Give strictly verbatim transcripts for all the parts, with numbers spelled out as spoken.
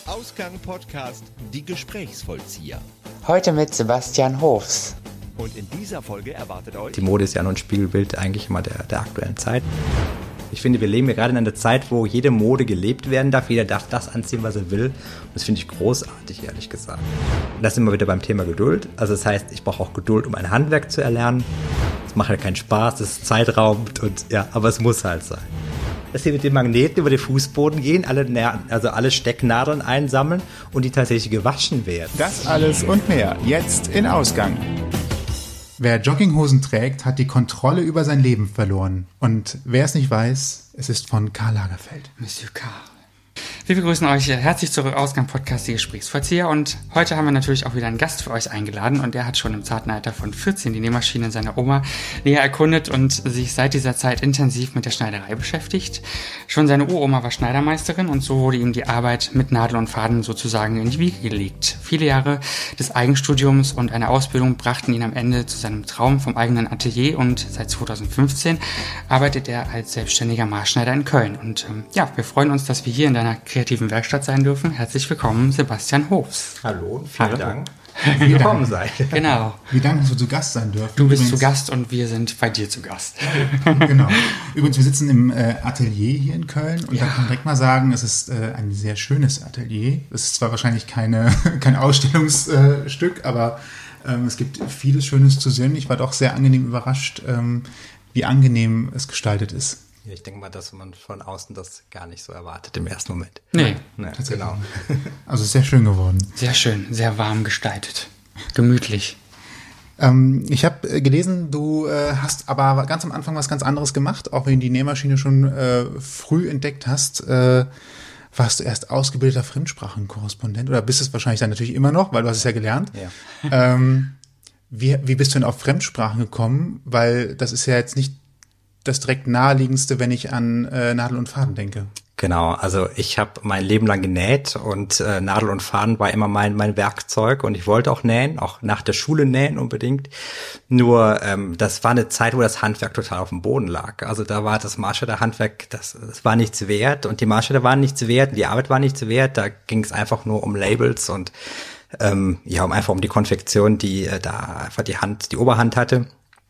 Ausgang Podcast Die Gesprächsvollzieher. Heute mit Sebastian Hofs. Und in dieser Folge erwartet euch... Die Mode ist ja nur ein Spiegelbild eigentlich immer der, der aktuellen Zeit. Ich finde, wir leben ja gerade in einer Zeit, wo jede Mode gelebt werden darf. Jeder darf das anziehen, was er will. Und das finde ich großartig, ehrlich gesagt. Und das sind wir wieder beim Thema Geduld. Also das heißt, ich brauche auch Geduld, um ein Handwerk zu erlernen. Es macht ja keinen Spaß, es ist zeitraubend und ja, aber es muss halt sein. Dass sie mit den Magneten über den Fußboden gehen, alle, also alle Stecknadeln einsammeln und die tatsächlich gewaschen werden. Das alles und mehr jetzt in Ausgang. Wer Jogginghosen trägt, hat die Kontrolle über sein Leben verloren. Und wer es nicht weiß, es ist von Karl Lagerfeld. Monsieur Karl. Wir begrüßen euch herzlich zurück Ausgang-Podcast Die Gesprächsvollzieher und heute haben wir natürlich auch wieder einen Gast für euch eingeladen und der hat schon im zarten Alter von vierzehn die Nähmaschine seiner Oma näher erkundet und sich seit dieser Zeit intensiv mit der Schneiderei beschäftigt. Schon seine Uroma war Schneidermeisterin und so wurde ihm die Arbeit mit Nadel und Faden sozusagen in die Wiege gelegt. Viele Jahre des Eigenstudiums und eine Ausbildung brachten ihn am Ende zu seinem Traum vom eigenen Atelier und seit zweitausendfünfzehn arbeitet er als selbstständiger Maßschneider in Köln. Und ähm, ja, wir freuen uns, dass wir hier in deiner kreativen Werkstatt sein dürfen. Herzlich willkommen, Sebastian Hofs. Hallo und vielen Hallo. Dank, dass ihr gekommen seid. Genau. Wie danke, dass wir zu Gast sein dürfen. Du bist Übrigens, zu Gast und wir sind bei dir zu Gast. Genau. Übrigens, wir sitzen im äh, Atelier hier in Köln und Ja. da kann man direkt mal sagen, es ist äh, ein sehr schönes Atelier. Es ist zwar wahrscheinlich keine, kein Ausstellungsstück, äh, aber ähm, es gibt vieles Schönes zu sehen. Ich war doch sehr angenehm überrascht, ähm, wie angenehm es gestaltet ist. Ja, ich denke mal, dass man von außen das gar nicht so erwartet im ersten Moment. Nee, Nee, genau. Also sehr schön geworden. sehr schön, sehr warm gestaltet. Gemütlich. Ähm, ich habe äh, gelesen, du äh, hast aber ganz am Anfang was ganz anderes gemacht, auch wenn du die Nähmaschine schon äh, früh entdeckt hast. Äh, warst du erst ausgebildeter Fremdsprachenkorrespondent oder bist es wahrscheinlich dann natürlich immer noch, weil du hast es ja gelernt. Ja. Ähm, wie, wie bist du denn auf Fremdsprachen gekommen? Weil das ist ja jetzt nicht das direkt naheliegendste, wenn ich an äh, Nadel und Faden denke. Genau, also ich habe mein Leben lang genäht und äh, Nadel und Faden war immer mein mein Werkzeug und ich wollte auch nähen, auch nach der Schule nähen unbedingt. Nur ähm, das war eine Zeit, wo das Handwerk total auf dem Boden lag. Also da war das Maßschneider-Handwerk, das, das war nichts wert und die Maßschneider waren nichts wert, die Arbeit war nichts wert. Da ging es einfach nur um Labels und ähm, ja, um einfach um die Konfektion, die äh, da einfach die Hand, die Oberhand hatte.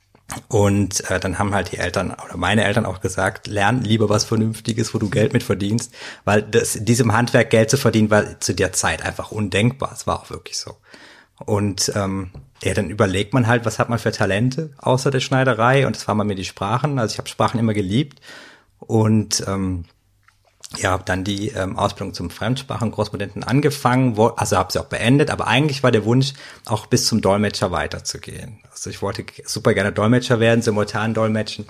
Und äh, dann haben halt die Eltern oder meine Eltern auch gesagt, lern lieber was Vernünftiges, wo du Geld mit verdienst, weil das, diesem Handwerk Geld zu verdienen war zu der Zeit einfach undenkbar. Es war auch wirklich so. Und ähm, ja, dann überlegt man halt, was hat man für Talente außer der Schneiderei, und das waren bei mir die Sprachen. Also ich habe Sprachen immer geliebt und ähm, ja, habe dann die ähm, Ausbildung zum Fremdsprachenkorrespondenten angefangen, wo, also habe sie auch beendet, aber eigentlich war der Wunsch, auch bis zum Dolmetscher weiterzugehen. Also ich wollte super gerne Dolmetscher werden, simultan dolmetschen,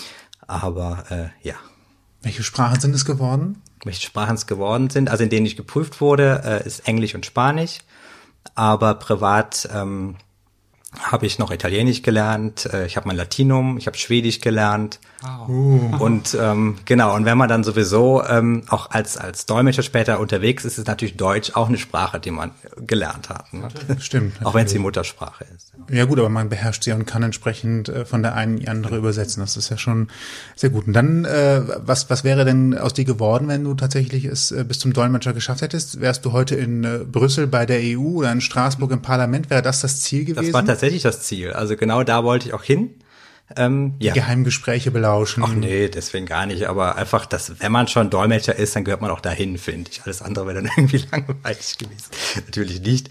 aber äh, ja. Welche Sprachen sind es geworden? Welche Sprachen es geworden sind, also in denen ich geprüft wurde, äh, ist Englisch und Spanisch, aber privat ähm, habe ich noch Italienisch gelernt, äh, ich habe mein Latinum, ich habe Schwedisch gelernt. Wow. Uh. Und ähm, genau, und wenn man dann sowieso ähm, auch als als Dolmetscher später unterwegs ist, ist natürlich Deutsch auch eine Sprache, die man gelernt hat. Ne? Stimmt. Auch wenn es die Muttersprache ist. Ja gut, aber man beherrscht sie und kann entsprechend äh, von der einen in die andere übersetzen. Das ist ja schon sehr gut. Und dann, äh, was was wäre denn aus dir geworden, wenn du tatsächlich es äh, bis zum Dolmetscher geschafft hättest? Wärst du heute in äh, Brüssel bei der E U oder in Straßburg im Parlament? Wäre das das Ziel gewesen? Das war tatsächlich das Ziel. Also genau da wollte ich auch hin. Ähm, ja. Geheimgespräche belauschen. Ach nee, deswegen gar nicht. Aber einfach, dass wenn man schon Dolmetscher ist, dann gehört man auch dahin, finde ich. Alles andere wäre dann irgendwie langweilig gewesen. Natürlich nicht.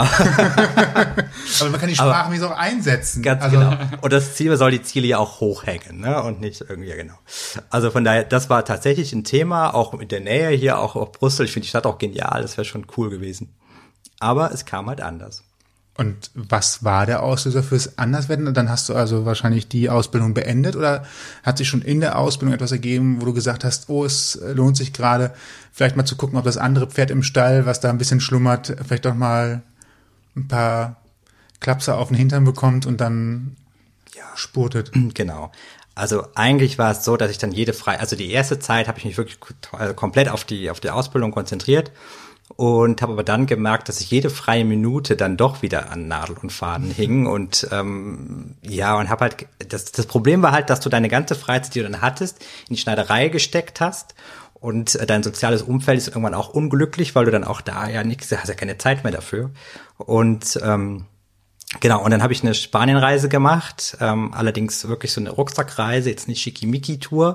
Aber man kann die Sprache so auch einsetzen. Ganz also, genau. Und das Ziel soll die Ziele ja auch hochhängen, ne? Und nicht irgendwie, ja genau. Also von daher, das war tatsächlich ein Thema, auch mit der Nähe hier, auch auf Brüssel. Ich finde die Stadt auch genial, das wäre schon cool gewesen. Aber es kam halt anders. Und was war der Auslöser fürs Anderswerden? Dann hast du also wahrscheinlich die Ausbildung beendet oder hat sich schon in der Ausbildung etwas ergeben, wo du gesagt hast, oh, es lohnt sich gerade, vielleicht mal zu gucken, ob das andere Pferd im Stall, was da ein bisschen schlummert, vielleicht doch mal ein paar Klapser auf den Hintern bekommt und dann ja, spurtet. Genau. Also eigentlich war es so, dass ich dann jede frei, also die erste Zeit habe ich mich wirklich also komplett auf die auf die Ausbildung konzentriert. Und habe aber dann gemerkt, dass ich jede freie Minute dann doch wieder an Nadel und Faden hing und ähm, ja und habe halt das das Problem war halt, dass du deine ganze Freizeit, die du dann hattest, in die Schneiderei gesteckt hast Und äh, dein soziales Umfeld ist irgendwann auch unglücklich, weil du dann auch da ja nichts, hast ja keine Zeit mehr dafür. Und ähm, genau, und dann habe ich eine Spanienreise gemacht, ähm, allerdings wirklich so eine Rucksackreise, jetzt nicht Schickimicki-Tour.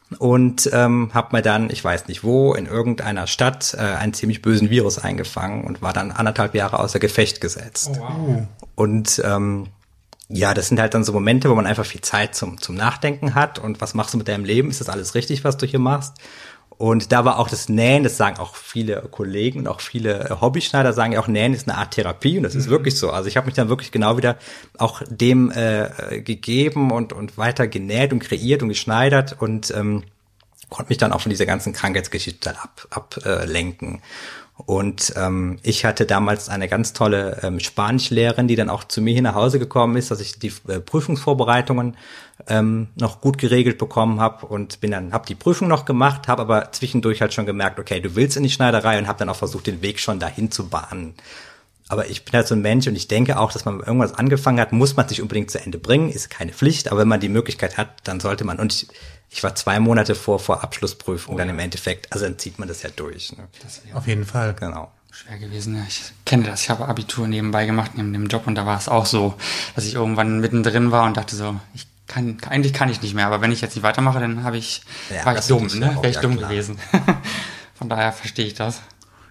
Und ähm, habe mir dann, ich weiß nicht wo, in irgendeiner Stadt äh, einen ziemlich bösen Virus eingefangen und war dann anderthalb Jahre außer Gefecht gesetzt. Oh, wow. Und ähm, ja, das sind halt dann so Momente, wo man einfach viel Zeit zum zum Nachdenken hat. Und was machst du mit deinem Leben? Ist das alles richtig, was du hier machst? Und da war auch das Nähen, das sagen auch viele Kollegen und auch viele Hobbyschneider, sagen ja auch, Nähen ist eine Art Therapie und das ist mhm. wirklich so. Also ich habe mich dann wirklich genau wieder auch dem äh, gegeben und und weiter genäht und kreiert und geschneidert und ähm, konnte mich dann auch von dieser ganzen Krankheitsgeschichte ab ablenken. Äh, Und ähm, ich hatte damals eine ganz tolle ähm, Spanischlehrerin, die dann auch zu mir hier nach Hause gekommen ist, dass ich die äh, Prüfungsvorbereitungen ähm, noch gut geregelt bekommen habe und bin dann habe die Prüfung noch gemacht, habe aber zwischendurch halt schon gemerkt, okay, du willst in die Schneiderei und habe dann auch versucht, den Weg schon dahin zu bahnen. Aber ich bin halt so ein Mensch und ich denke auch, dass man irgendwas angefangen hat, muss man sich unbedingt zu Ende bringen, ist keine Pflicht, aber wenn man die Möglichkeit hat, dann sollte man. Und ich, ich war zwei Monate vor vor Abschlussprüfung oh, dann im Endeffekt, also dann zieht man das ja durch. Ne? Das auf jeden Fall. Genau. Schwer gewesen, ja. Ich kenne das. Ich habe Abitur nebenbei gemacht, neben dem Job und da war es auch so, dass ich irgendwann mittendrin war und dachte so, ich kann, eigentlich kann ich nicht mehr, aber wenn ich jetzt nicht weitermache, dann habe ich, ja, war ich dumm, ne? Wäre ich ja, dumm klar. gewesen. Von daher verstehe ich das.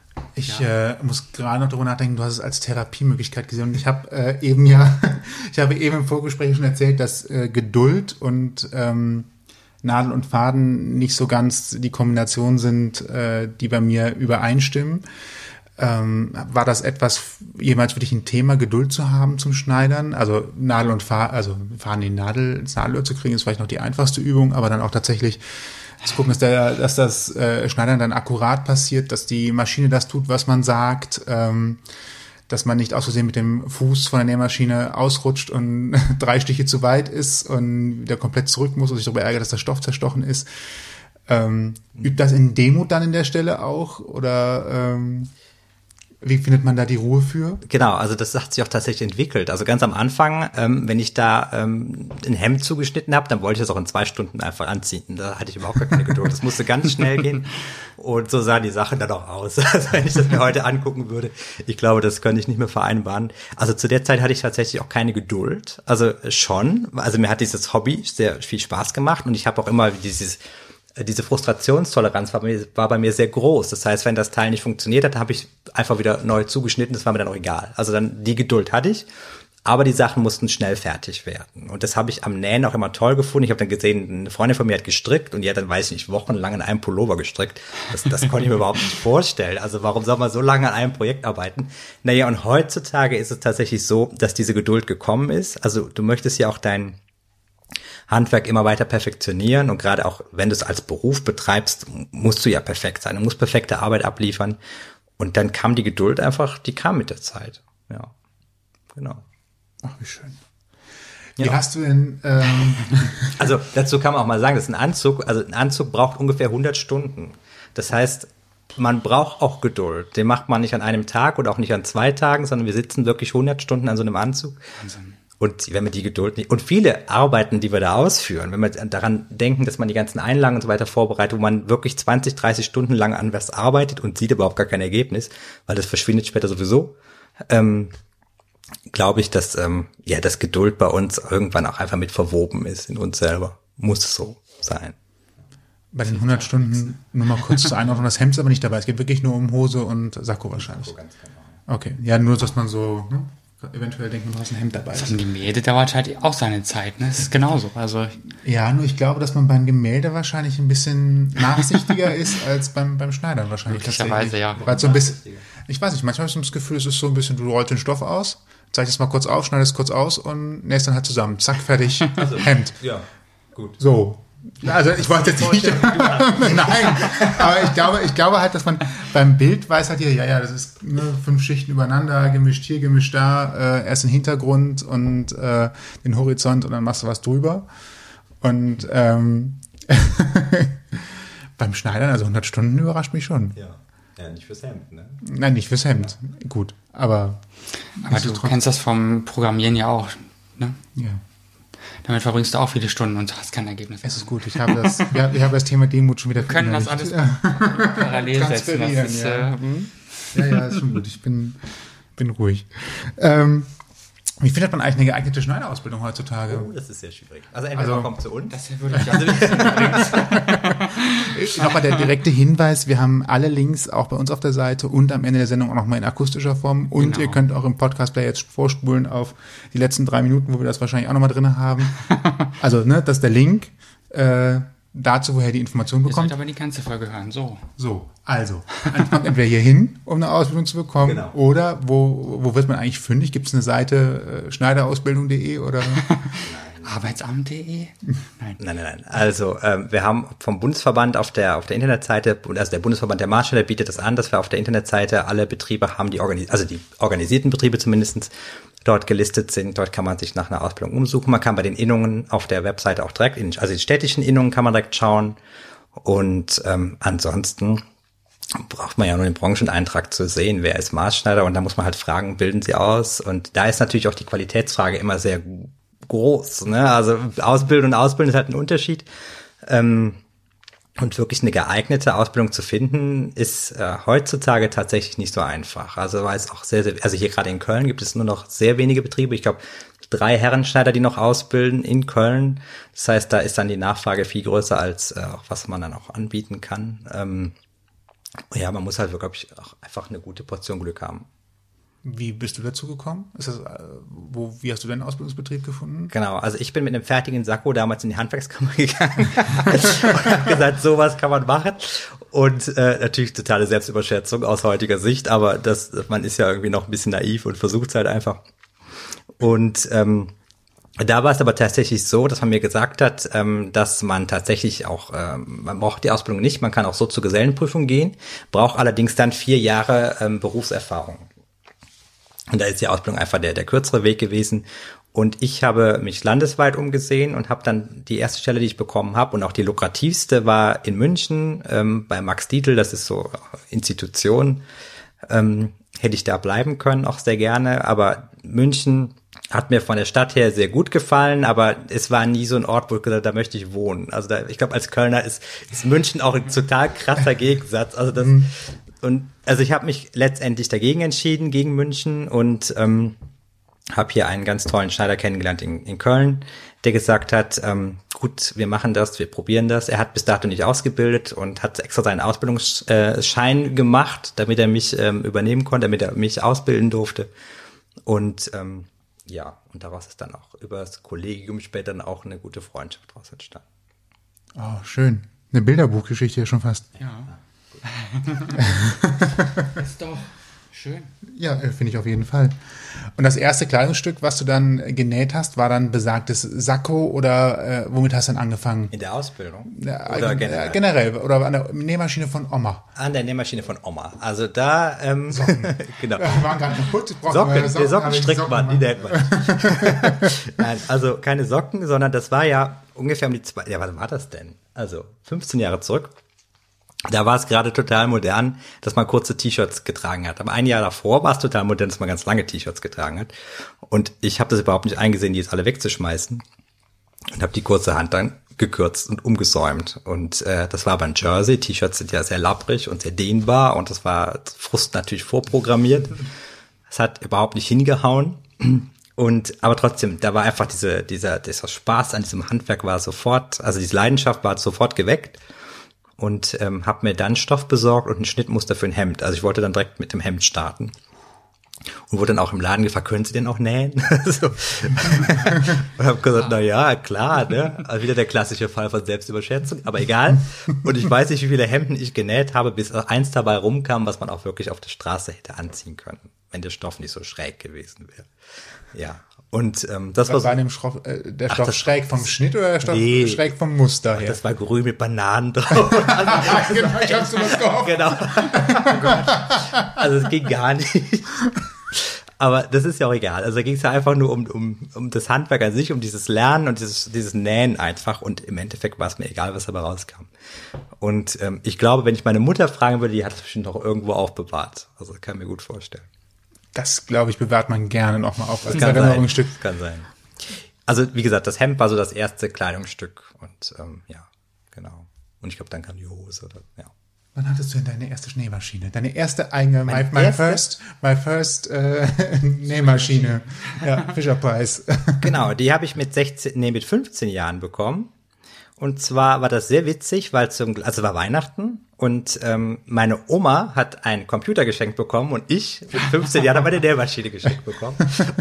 Ich ja. äh, muss gerade noch darüber nachdenken, du hast es als Therapiemöglichkeit gesehen. Und ich habe äh, eben ja, ich habe eben im Vorgespräch schon erzählt, dass äh, Geduld und ähm, Nadel und Faden nicht so ganz die Kombination sind, äh, die bei mir übereinstimmen. Ähm, war das etwas jemals für dich ein Thema, Geduld zu haben zum Schneidern? Also Nadel und Faden, also Faden die Nadel ins Nadelöhr zu kriegen, ist vielleicht noch die einfachste Übung, aber dann auch tatsächlich zu gucken, dass, der, dass das äh, Schneidern dann akkurat passiert, dass die Maschine das tut, was man sagt, ähm, dass man nicht aus Versehen mit dem Fuß von der Nähmaschine ausrutscht und drei Stiche zu weit ist und wieder komplett zurück muss und sich darüber ärgert, dass der Stoff zerstochen ist. Ähm, übt das in Demut dann in der Stelle auch? Oder ähm, wie findet man da die Ruhe für? Genau, also das hat sich auch tatsächlich entwickelt. Also ganz am Anfang, ähm, wenn ich da ähm, ein Hemd zugeschnitten habe, dann wollte ich das auch in zwei Stunden einfach anziehen. Da hatte ich überhaupt gar keine Geduld. Das musste ganz schnell gehen. Und so sahen die Sachen dann auch aus. Also wenn ich das mir heute angucken würde, ich glaube, das könnte ich nicht mehr vereinbaren. Also zu der Zeit hatte ich tatsächlich auch keine Geduld. Also schon. Also mir hat dieses Hobby sehr viel Spaß gemacht und ich habe auch immer dieses diese Frustrationstoleranz war, mir, war bei mir sehr groß. Das heißt, wenn das Teil nicht funktioniert hat, habe ich einfach wieder neu zugeschnitten. Das war mir dann auch egal. Also dann die Geduld hatte ich, aber die Sachen mussten schnell fertig werden. Und das habe ich am Nähen auch immer toll gefunden. Ich habe dann gesehen, eine Freundin von mir hat gestrickt und die hat dann, weiß ich nicht, wochenlang an einem Pullover gestrickt. Das, das konnte ich mir überhaupt nicht vorstellen. Also warum soll man so lange an einem Projekt arbeiten? Naja, und heutzutage ist es tatsächlich so, dass diese Geduld gekommen ist. Also du möchtest ja auch dein Handwerk immer weiter perfektionieren und gerade auch, wenn du es als Beruf betreibst, musst du ja perfekt sein. Du musst perfekte Arbeit abliefern und dann kam die Geduld einfach, die kam mit der Zeit. Ja, genau. Ach, wie schön. Wie ja. hast du denn... Ähm also dazu kann man auch mal sagen, dass ein Anzug, also ein Anzug braucht ungefähr hundert Stunden. Das heißt, man braucht auch Geduld. Den macht man nicht an einem Tag oder auch nicht an zwei Tagen, sondern wir sitzen wirklich hundert Stunden an so einem Anzug. Wahnsinn. Und wenn man die Geduld nicht, und viele Arbeiten, die wir da ausführen, wenn wir daran denken, dass man die ganzen Einlagen und so weiter vorbereitet, wo man wirklich zwanzig, dreißig Stunden lang an was arbeitet und sieht überhaupt gar kein Ergebnis, weil das verschwindet später sowieso, ähm, glaube ich, dass, ähm, ja, das Geduld bei uns irgendwann auch einfach mit verwoben ist in uns selber. Muss es so sein. Bei den hundert Stunden, nur mal kurz zur Einordnung, das Hemd ist aber nicht dabei. Es geht wirklich nur um Hose und Sakko wahrscheinlich. Sakko, ganz genau. Okay, ja, nur, dass man so... Ne? Eventuell denken, du hast ein Hemd dabei. So ein Gemälde dauert halt auch seine Zeit, ne? Das ist genauso. Also ja, nur ich glaube, dass man beim Gemälde wahrscheinlich ein bisschen nachsichtiger ist als beim, beim Schneidern wahrscheinlich. Möglicherweise, ja. Weil so ein bisschen, ich weiß nicht, manchmal habe ich das Gefühl, es ist so ein bisschen, du rollst den Stoff aus, zeigst es mal kurz auf, schneidest es kurz aus und nähst dann halt zusammen. Zack, fertig, also, Hemd. Ja, gut. So. Also ich wollte jetzt nicht, nein, aber ich glaube, ich glaube halt, dass man beim Bild weiß halt, ja, ja, das ist ne, fünf Schichten übereinander, gemischt hier, gemischt da, äh, erst den Hintergrund und äh, den Horizont und dann machst du was drüber. Und ähm, beim Schneidern, also hundert Stunden überrascht mich schon. Ja, ja, nicht fürs Hemd, ne? Nein, nicht fürs Hemd, gut, aber... Aber du kennst das vom Programmieren ja auch, ne? Ja. damit verbringst du auch viele Stunden und hast kein Ergebnis. Es ist gut, ich habe das, ja, ich habe das Thema Demut schon wieder. Wir können das alles parallel setzen. Das ist, ja. Äh, hm? ja, ja, ist schon gut. Ich bin, bin ruhig. Ähm, wie findet man eigentlich eine geeignete Schneiderausbildung heutzutage? Oh, das ist sehr schwierig. Also entweder Also, man kommt zu uns. Das würde ich auch wissen. Nochmal der direkte Hinweis, wir haben alle Links auch bei uns auf der Seite und am Ende der Sendung auch nochmal in akustischer Form. Und Genau. ihr könnt auch im Podcast-Player jetzt vorspulen auf die letzten drei Minuten, wo wir das wahrscheinlich auch nochmal drin haben. Also, ne, das ist der Link äh, dazu, woher die Information Ihr bekommt. sollt aber die ganze Folge hören, so. So, also, man kommt entweder hier hin, um eine Ausbildung zu bekommen, Genau. oder wo, wo wird man eigentlich fündig? Gibt es eine Seite äh, schneiderausbildung punkt de oder? Arbeitsamt punkt de? Nein. Nein, nein, nein. Also ähm, wir haben vom Bundesverband auf der auf der Internetseite, also der Bundesverband der Maßschneider bietet das an, dass wir auf der Internetseite alle Betriebe haben, die organis- also die organisierten Betriebe zumindest dort gelistet sind. Dort kann man sich nach einer Ausbildung umsuchen. Man kann bei den Innungen auf der Webseite auch direkt, in, also die städtischen Innungen kann man direkt schauen. Und ähm, ansonsten braucht man ja nur den Brancheneintrag zu sehen, wer ist Maßschneider, und da muss man halt fragen, bilden sie aus? Und da ist natürlich auch die Qualitätsfrage immer sehr groß, ne? Also Ausbildung und Ausbildung ist halt ein Unterschied. Ähm, und wirklich eine geeignete Ausbildung zu finden, ist äh, heutzutage tatsächlich nicht so einfach. Also weil es auch sehr, sehr, also hier gerade in Köln gibt es nur noch sehr wenige Betriebe. Ich glaube, drei Herrenschneider, die noch ausbilden in Köln. Das heißt, da ist dann die Nachfrage viel größer als äh, was man dann auch anbieten kann. Ähm, ja, man muss halt wirklich auch einfach eine gute Portion Glück haben. Wie bist du dazu gekommen? Ist das, äh, wo, wie hast du deinen Ausbildungsbetrieb gefunden? Genau, also ich bin mit einem fertigen Sakko damals in die Handwerkskammer gegangen und habe gesagt, sowas kann man machen. Und äh, natürlich totale Selbstüberschätzung aus heutiger Sicht, aber das, man ist ja irgendwie noch ein bisschen naiv und versucht es halt einfach. Und ähm, da war es aber tatsächlich so, dass man mir gesagt hat, ähm, dass man tatsächlich auch, ähm, man braucht die Ausbildung nicht, man kann auch so zur Gesellenprüfung gehen, braucht allerdings dann vier Jahre ähm, Berufserfahrung. Und da ist die Ausbildung einfach der, der kürzere Weg gewesen. Und ich habe mich landesweit umgesehen und habe dann die erste Stelle, die ich bekommen habe, und auch die lukrativste, war in München ähm, bei Max Dietl, das ist so Institution. Ähm, hätte ich da bleiben können, auch sehr gerne. Aber München hat mir von der Stadt her sehr gut gefallen, aber es war nie so ein Ort, wo ich gesagt habe, da möchte ich wohnen. Also da, ich glaube, als Kölner ist, ist München auch ein total krasser Gegensatz. Also das mhm. Und also ich habe mich letztendlich dagegen entschieden, gegen München, und ähm, habe hier einen ganz tollen Schneider kennengelernt in, in Köln, der gesagt hat, ähm, gut, wir machen das, wir probieren das. Er hat bis dato nicht ausgebildet und hat extra seinen Ausbildungsschein gemacht, damit er mich ähm, übernehmen konnte, damit er mich ausbilden durfte. Und ähm, ja, und daraus ist dann auch über das Kollegium später dann auch eine gute Freundschaft daraus entstanden. Oh, schön. Eine Bilderbuchgeschichte ja schon fast. Ja. Ist doch schön. Ja, finde ich auf jeden Fall. Und das erste Kleidungsstück, was du dann genäht hast, war dann besagtes Sakko, oder äh, womit hast du dann angefangen? In der Ausbildung? Ja, oder äh, generell? Generell, oder an der Nähmaschine von Oma. An der Nähmaschine von Oma. Also da, ähm, Socken. genau. Die waren gerade kaputt. Socken, der Sockenstrickmann, die nennt man. Nein, also keine Socken, sondern das war ja ungefähr um die zwei, ja, was war das denn? Also fünfzehn Jahre zurück. Da war es gerade total modern, dass man kurze T-Shirts getragen hat. Aber ein Jahr davor war es total modern, dass man ganz lange T-Shirts getragen hat. Und ich habe das überhaupt nicht eingesehen, die jetzt alle wegzuschmeißen. Und habe die kurze Hand dann gekürzt und umgesäumt. Und äh, das war aber ein Jersey. T-Shirts sind ja sehr labbrig und sehr dehnbar. Und das war Frust natürlich vorprogrammiert. Es hat überhaupt nicht hingehauen. Und aber trotzdem, da war einfach diese, dieser, dieser Spaß an diesem Handwerk war sofort, also diese Leidenschaft war sofort geweckt. Und ähm, habe mir dann Stoff besorgt und ein Schnittmuster für ein Hemd. Also ich wollte dann direkt mit dem Hemd starten. Und wurde dann auch im Laden gefragt, können Sie denn auch nähen? so. Und habe gesagt, na ja, klar, ne? Also wieder der klassische Fall von Selbstüberschätzung, aber egal. Und ich weiß nicht, wie viele Hemden ich genäht habe, bis eins dabei rumkam, was man auch wirklich auf der Straße hätte anziehen können, wenn der Stoff nicht so schräg gewesen wäre. Ja. Und ähm, das war, war so, war dem Stoff, äh, der Stoff Ach, schräg vom Schnitt oder der Stoff nee, schräg vom Muster her? Das war grün mit Bananen drauf. Also, genau, ich hab's sowas gehofft. Genau. Also es ging gar nicht. Aber das ist ja auch egal. Also da ging es ja einfach nur um, um, um das Handwerk an sich, um dieses Lernen und dieses, dieses Nähen einfach. Und im Endeffekt war es mir egal, was dabei rauskam. Und ähm, ich glaube, wenn ich meine Mutter fragen würde, die hat es bestimmt noch irgendwo aufbewahrt. Also das kann ich mir gut vorstellen. Das, glaube ich, bewahrt man gerne nochmal auf als Das kann Erinnerungsstück. sein. Kann sein. Also wie gesagt, das Hemd war so das erste Kleidungsstück und ähm, ja, genau. Und ich glaube, dann kam die Hose. Oder, ja. Wann hattest du denn deine erste Schneemaschine? Deine erste eigene, my, my erste? first, my first äh, Nähmaschine. Ja, Fisher Price. Genau, die habe ich mit sechzehn, nee, mit fünfzehn Jahren bekommen. Und zwar war das sehr witzig, weil zum, also war Weihnachten und ähm, meine Oma hat einen Computer geschenkt bekommen und ich mit fünfzehn Jahren habe eine Nähmaschine geschenkt bekommen.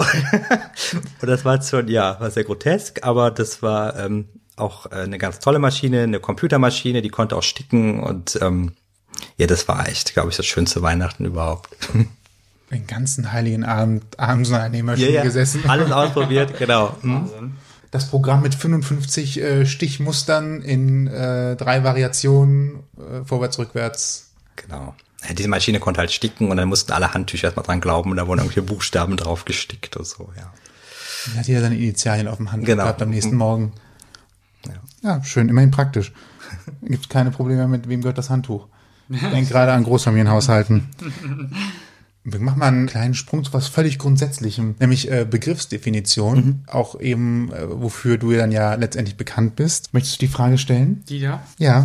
Und das war schon, ja, war sehr grotesk, aber das war ähm, auch äh, eine ganz tolle Maschine, eine Computermaschine, die konnte auch sticken und ähm, ja, das war echt, glaube ich, das schönste Weihnachten überhaupt. Den ganzen heiligen Abend abends in einer Nähmaschine Ja, ja, gesessen. alles ausprobiert, genau. Wahnsinn. Das Programm mit fünfundfünfzig äh, Stichmustern in äh, drei Variationen, äh, vorwärts, rückwärts. Genau. Ja, diese Maschine konnte halt sticken und dann mussten alle Handtücher erstmal dran glauben und da wurden irgendwelche Buchstaben drauf gestickt und so, ja. Dann hat jeder seine Initialien auf dem Handtuch Genau. gehabt am nächsten Morgen. Ja. Ja, schön, immerhin praktisch. Gibt es keine Probleme mit, wem gehört das Handtuch. Ich denke gerade an Großfamilienhaushalten. Wir machen mal einen kleinen Sprung zu was völlig Grundsätzlichem, nämlich äh, Begriffsdefinition, mhm. auch eben, äh, wofür du ja dann ja letztendlich bekannt bist. Möchtest du die Frage stellen? Die da? Ja.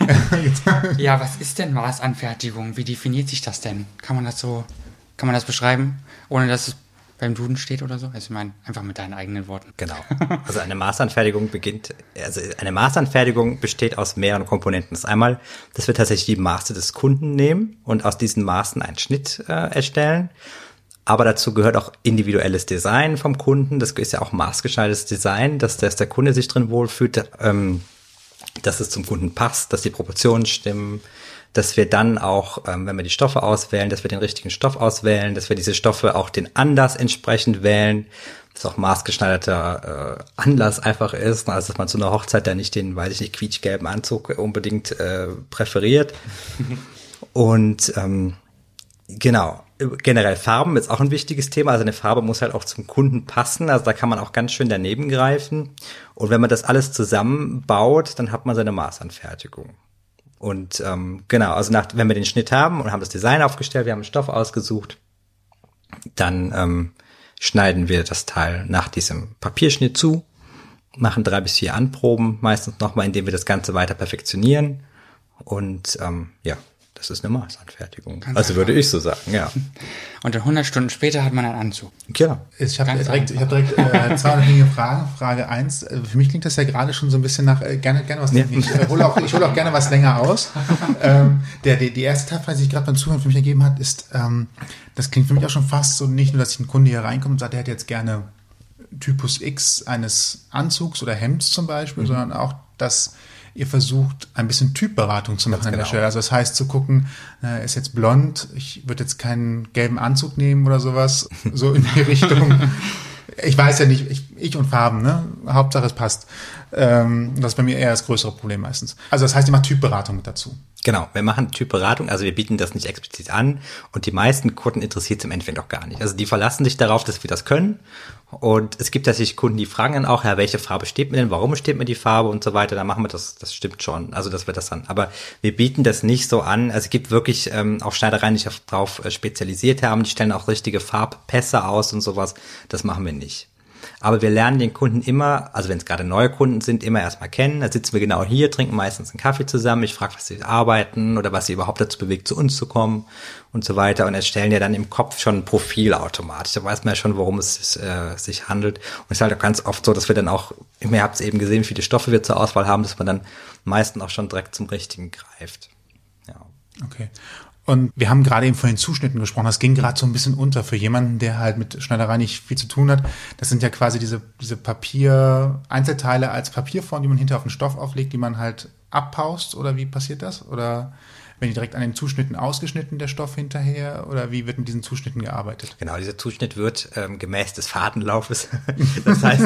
Ja, was ist denn Maßanfertigung? Wie definiert sich das denn? Kann man das so, kann man das beschreiben, ohne dass es beim Duden steht oder so? Also ich meine, einfach mit deinen eigenen Worten. Genau. Also eine Maßanfertigung beginnt, also eine Maßanfertigung besteht aus mehreren Komponenten. Das ist einmal, dass wir tatsächlich die Maße des Kunden nehmen und aus diesen Maßen einen Schnitt äh, erstellen. Aber dazu gehört auch individuelles Design vom Kunden. Das ist ja auch maßgeschneidertes Design, dass, dass der Kunde sich drin wohlfühlt, ähm, dass es zum Kunden passt, dass die Proportionen stimmen, dass wir dann auch, ähm, wenn wir die Stoffe auswählen, dass wir den richtigen Stoff auswählen, dass wir diese Stoffe auch den Anlass entsprechend wählen, dass auch maßgeschneiderter äh, Anlass einfach ist, also dass man zu einer Hochzeit da nicht den, weiß ich nicht, quietschgelben Anzug unbedingt äh, präferiert. Und ähm, genau, generell Farben ist auch ein wichtiges Thema, also eine Farbe muss halt auch zum Kunden passen, also da kann man auch ganz schön daneben greifen. Und wenn man das alles zusammenbaut, dann hat man seine Maßanfertigung. Und ähm, genau, also nach, wenn wir den Schnitt haben und haben das Design aufgestellt, wir haben einen Stoff ausgesucht, dann ähm, schneiden wir das Teil nach diesem Papierschnitt zu, machen drei bis vier Anproben, meistens nochmal, indem wir das Ganze weiter perfektionionieren. Und ähm, ja, das ist eine Maßanfertigung. Ganz also einfach. würde ich so sagen, ja. Und dann hundert Stunden später hat man einen Anzug. Genau. Ich habe Ganz direkt, ich hab einfach. direkt äh, zwei wenige Fragen. Frage eins. Äh, Für mich klingt das ja gerade schon so ein bisschen nach, äh, gerne, gerne was, Ja. ich äh, hole auch, ich hole auch gerne was länger aus. ähm, der, die, die erste Tatfrage, die sich gerade beim Zuhören für mich ergeben hat, ist, ähm, das klingt für mich auch schon fast so, nicht nur, dass ein Kunde hier reinkommt und sagt, er hätte jetzt gerne Typus X eines Anzugs oder Hemds zum Beispiel, mhm. sondern auch, dass ihr versucht, ein bisschen Typberatung zu machen Ganz an der genau. Stelle. Also das heißt zu gucken, er äh, ist jetzt blond, ich würde jetzt keinen gelben Anzug nehmen oder sowas, so in die Richtung. Ich weiß ja nicht, ich, ich und Farben, ne? Hauptsache es passt. Ähm, das ist bei mir eher das größere Problem meistens. Also das heißt, ihr macht Typberatung mit dazu. Genau, wir machen Typberatung, also wir bieten das nicht explizit an und die meisten Kunden interessiert es im Endeffekt auch gar nicht. Also die verlassen sich darauf, dass wir das können und es gibt tatsächlich Kunden, die fragen dann auch, ja, welche Farbe steht mir denn, warum steht mir die Farbe und so weiter, dann machen wir das, das stimmt schon, also dass wir das dann, aber wir bieten das nicht so an, also es gibt wirklich ähm, auch Schneidereien, die sich darauf äh, spezialisiert haben, die stellen auch richtige Farbpässe aus und sowas, das machen wir nicht. Aber wir lernen den Kunden immer, also wenn es gerade neue Kunden sind, immer erstmal kennen. Da sitzen wir genau hier, trinken meistens einen Kaffee zusammen. Ich frage, was sie arbeiten oder was sie überhaupt dazu bewegt, zu uns zu kommen und so weiter. Und erstellen ja dann im Kopf schon ein Profil automatisch. Da weiß man ja schon, worum es äh, sich handelt. Und es ist halt auch ganz oft so, dass wir dann auch, ihr habt es eben gesehen, wie viele Stoffe wir zur Auswahl haben, dass man dann meistens auch schon direkt zum Richtigen greift. Ja. Okay. Und wir haben gerade eben von den Zuschnitten gesprochen. Das ging gerade so ein bisschen unter für jemanden, der halt mit Schneiderei nicht viel zu tun hat. Das sind ja quasi diese, diese Papier-Einzelteile als Papierform, die man hinter auf den Stoff auflegt, die man halt abpaust. Oder wie passiert das? Oder wenn die direkt an den Zuschnitten ausgeschnitten, der Stoff hinterher? Oder wie wird mit diesen Zuschnitten gearbeitet? Genau, dieser Zuschnitt wird ähm, gemäß des Fadenlaufes, das heißt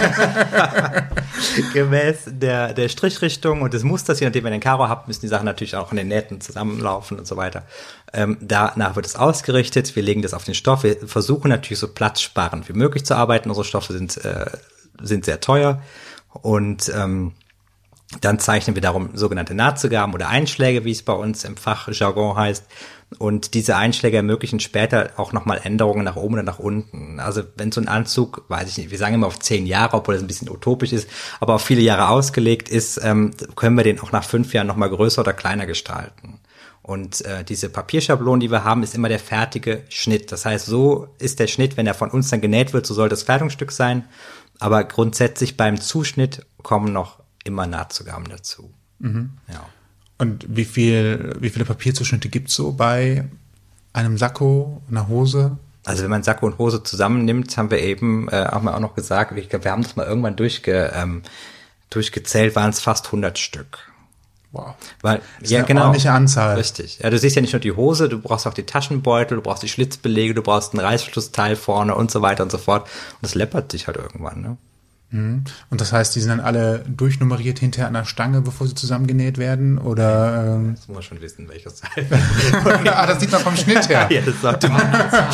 gemäß der, der Strichrichtung und des Musters, je nachdem, wenn ihr ein Karo habt, müssen die Sachen natürlich auch in den Nähten zusammenlaufen und so weiter. Ähm, danach wird es ausgerichtet, wir legen das auf den Stoff, wir versuchen natürlich so platzsparend wie möglich zu arbeiten, unsere Stoffe sind, äh, sind sehr teuer und ähm, Dann zeichnen wir darum sogenannte Nahtzugaben oder Einschläge, wie es bei uns im Fachjargon heißt. Und diese Einschläge ermöglichen später auch nochmal Änderungen nach oben oder nach unten. Also wenn so ein Anzug, weiß ich nicht, wir sagen immer auf zehn Jahre, obwohl das ein bisschen utopisch ist, aber auf viele Jahre ausgelegt ist, ähm, können wir den auch nach fünf Jahren nochmal größer oder kleiner gestalten. Und äh, diese Papierschablonen, die wir haben, ist immer der fertige Schnitt. Das heißt, so ist der Schnitt, wenn er von uns dann genäht wird, so soll das Kleidungsstück sein. Aber grundsätzlich beim Zuschnitt kommen noch immer Nahtzugaben dazu. Mhm. Ja. Und wie viel, wie viele Papierzuschnitte gibt's so bei einem Sakko, einer Hose? Also wenn man Sakko und Hose zusammennimmt, haben wir eben, äh, haben wir auch noch gesagt, ich glaube, wir haben das mal irgendwann durchge, ähm, durchgezählt, waren es fast hundert Stück. Wow. Weil, das ist ja, eine genau. ordentliche Anzahl. Richtig. Ja, du siehst ja nicht nur die Hose, du brauchst auch die Taschenbeutel, du brauchst die Schlitzbelege, du brauchst ein Reißverschlussteil vorne und so weiter und so fort. Und das läppert sich halt irgendwann, ne? Mhm. Und das heißt, die sind dann alle durchnummeriert hinter einer Stange, bevor sie zusammengenäht werden? Oder, ähm das muss man schon wissen, welches Teil. Ah, das sieht man vom Schnitt her. Ja, das sollte man.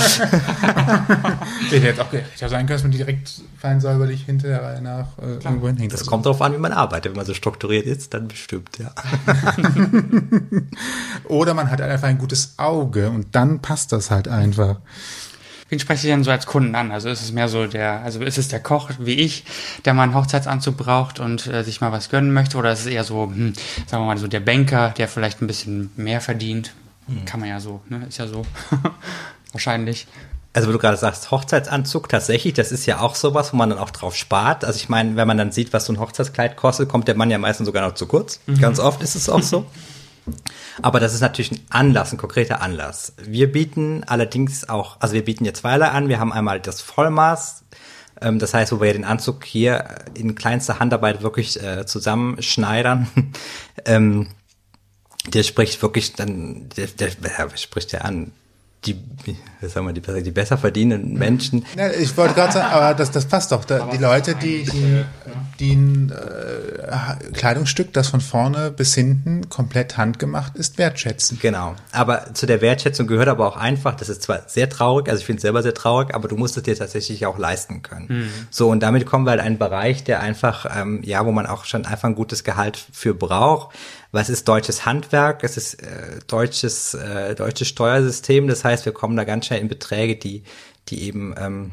Ich hätte jetzt auch gedacht, ich habe sagen können, dass man die direkt fein säuberlich hinter der Reihe nach äh, irgendwo hinhängt. Das also. kommt darauf an, wie man arbeitet. Wenn man so strukturiert ist, dann bestimmt, ja. Oder man hat einfach ein gutes Auge und dann passt das halt einfach. Wen spreche ich denn so als Kunden an? Also ist es mehr so der, also ist es der Koch wie ich, der mal einen Hochzeitsanzug braucht und äh, sich mal was gönnen möchte? Oder ist es eher so, hm, sagen wir mal so der Banker, der vielleicht ein bisschen mehr verdient? Hm. Kann man ja so, ne? Ist ja so. Wahrscheinlich. Also, wo du gerade sagst, Hochzeitsanzug, tatsächlich, das ist ja auch sowas, wo man dann auch drauf spart. Also ich meine, wenn man dann sieht, was so ein Hochzeitskleid kostet, kommt der Mann ja meistens sogar noch zu kurz. Mhm. Ganz oft ist es auch so. Aber das ist natürlich ein Anlass, ein konkreter Anlass. Wir bieten allerdings auch, also wir bieten hier zweierlei an. Wir haben einmal das Vollmaß, ähm, das heißt, wo wir den Anzug hier in kleinster Handarbeit wirklich äh, zusammenschneidern. ähm, der spricht wirklich dann, der, der, der spricht ja an. Die, was sagen wir, die besser, die besser verdienenden Menschen. Ja, ich wollte gerade sagen, aber das, das passt doch. Da, die Leute, die, die, die ein äh, Kleidungsstück, das von vorne bis hinten komplett handgemacht ist, wertschätzen. Genau. Aber zu der Wertschätzung gehört aber auch einfach, das ist zwar sehr traurig, also ich finde es selber sehr traurig, aber du musst es dir tatsächlich auch leisten können. Mhm. So, und damit kommen wir halt in einen Bereich, der einfach, ähm, ja, wo man auch schon einfach ein gutes Gehalt für braucht. Was ist deutsches Handwerk? Es ist äh, deutsches äh, deutsches Steuersystem. Das heißt, wir kommen da ganz schnell in Beträge, die die eben ähm,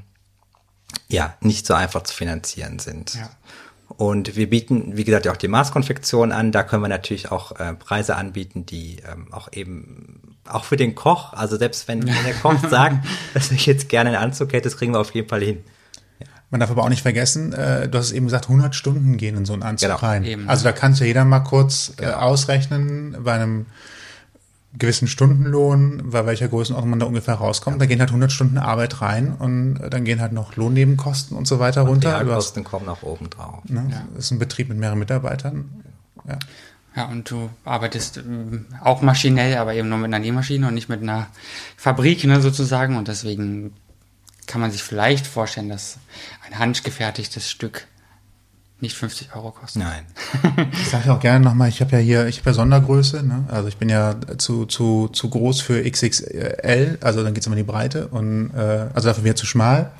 ja nicht so einfach zu finanzieren sind. Ja. Und wir bieten, wie gesagt, ja auch die Maßkonfektion an. Da können wir natürlich auch äh, Preise anbieten, die ähm, auch eben auch für den Koch. Also selbst wenn, wenn der Koch sagt, dass ich jetzt gerne einen Anzug hätte, das kriegen wir auf jeden Fall hin. Man darf aber auch nicht vergessen, äh, du hast es eben gesagt, hundert Stunden gehen in so einen Anzug genau. rein. Eben. Also da kann es ja jeder mal kurz genau. äh, ausrechnen, bei einem gewissen Stundenlohn, bei welcher Größenordnung man da ungefähr rauskommt. Ja. Da gehen halt hundert Stunden Arbeit rein und dann gehen halt noch Lohnnebenkosten und so weiter runter. Materialkosten kommen noch oben drauf. Ne? Ja. Das ist ein Betrieb mit mehreren Mitarbeitern. Ja. Ja, und du arbeitest ähm, auch maschinell, aber eben nur mit einer Nähmaschine und nicht mit einer Fabrik, ne, sozusagen. Und deswegen kann man sich vielleicht vorstellen, dass ein handgefertigtes Stück nicht fünfzig Euro kostet. Nein. Ich sage ja auch gerne nochmal, ich habe ja hier, ich habe ja Sondergröße, ne? Also ich bin ja zu zu zu groß für X X L, also dann geht's immer in die Breite und äh, also dafür wäre zu schmal.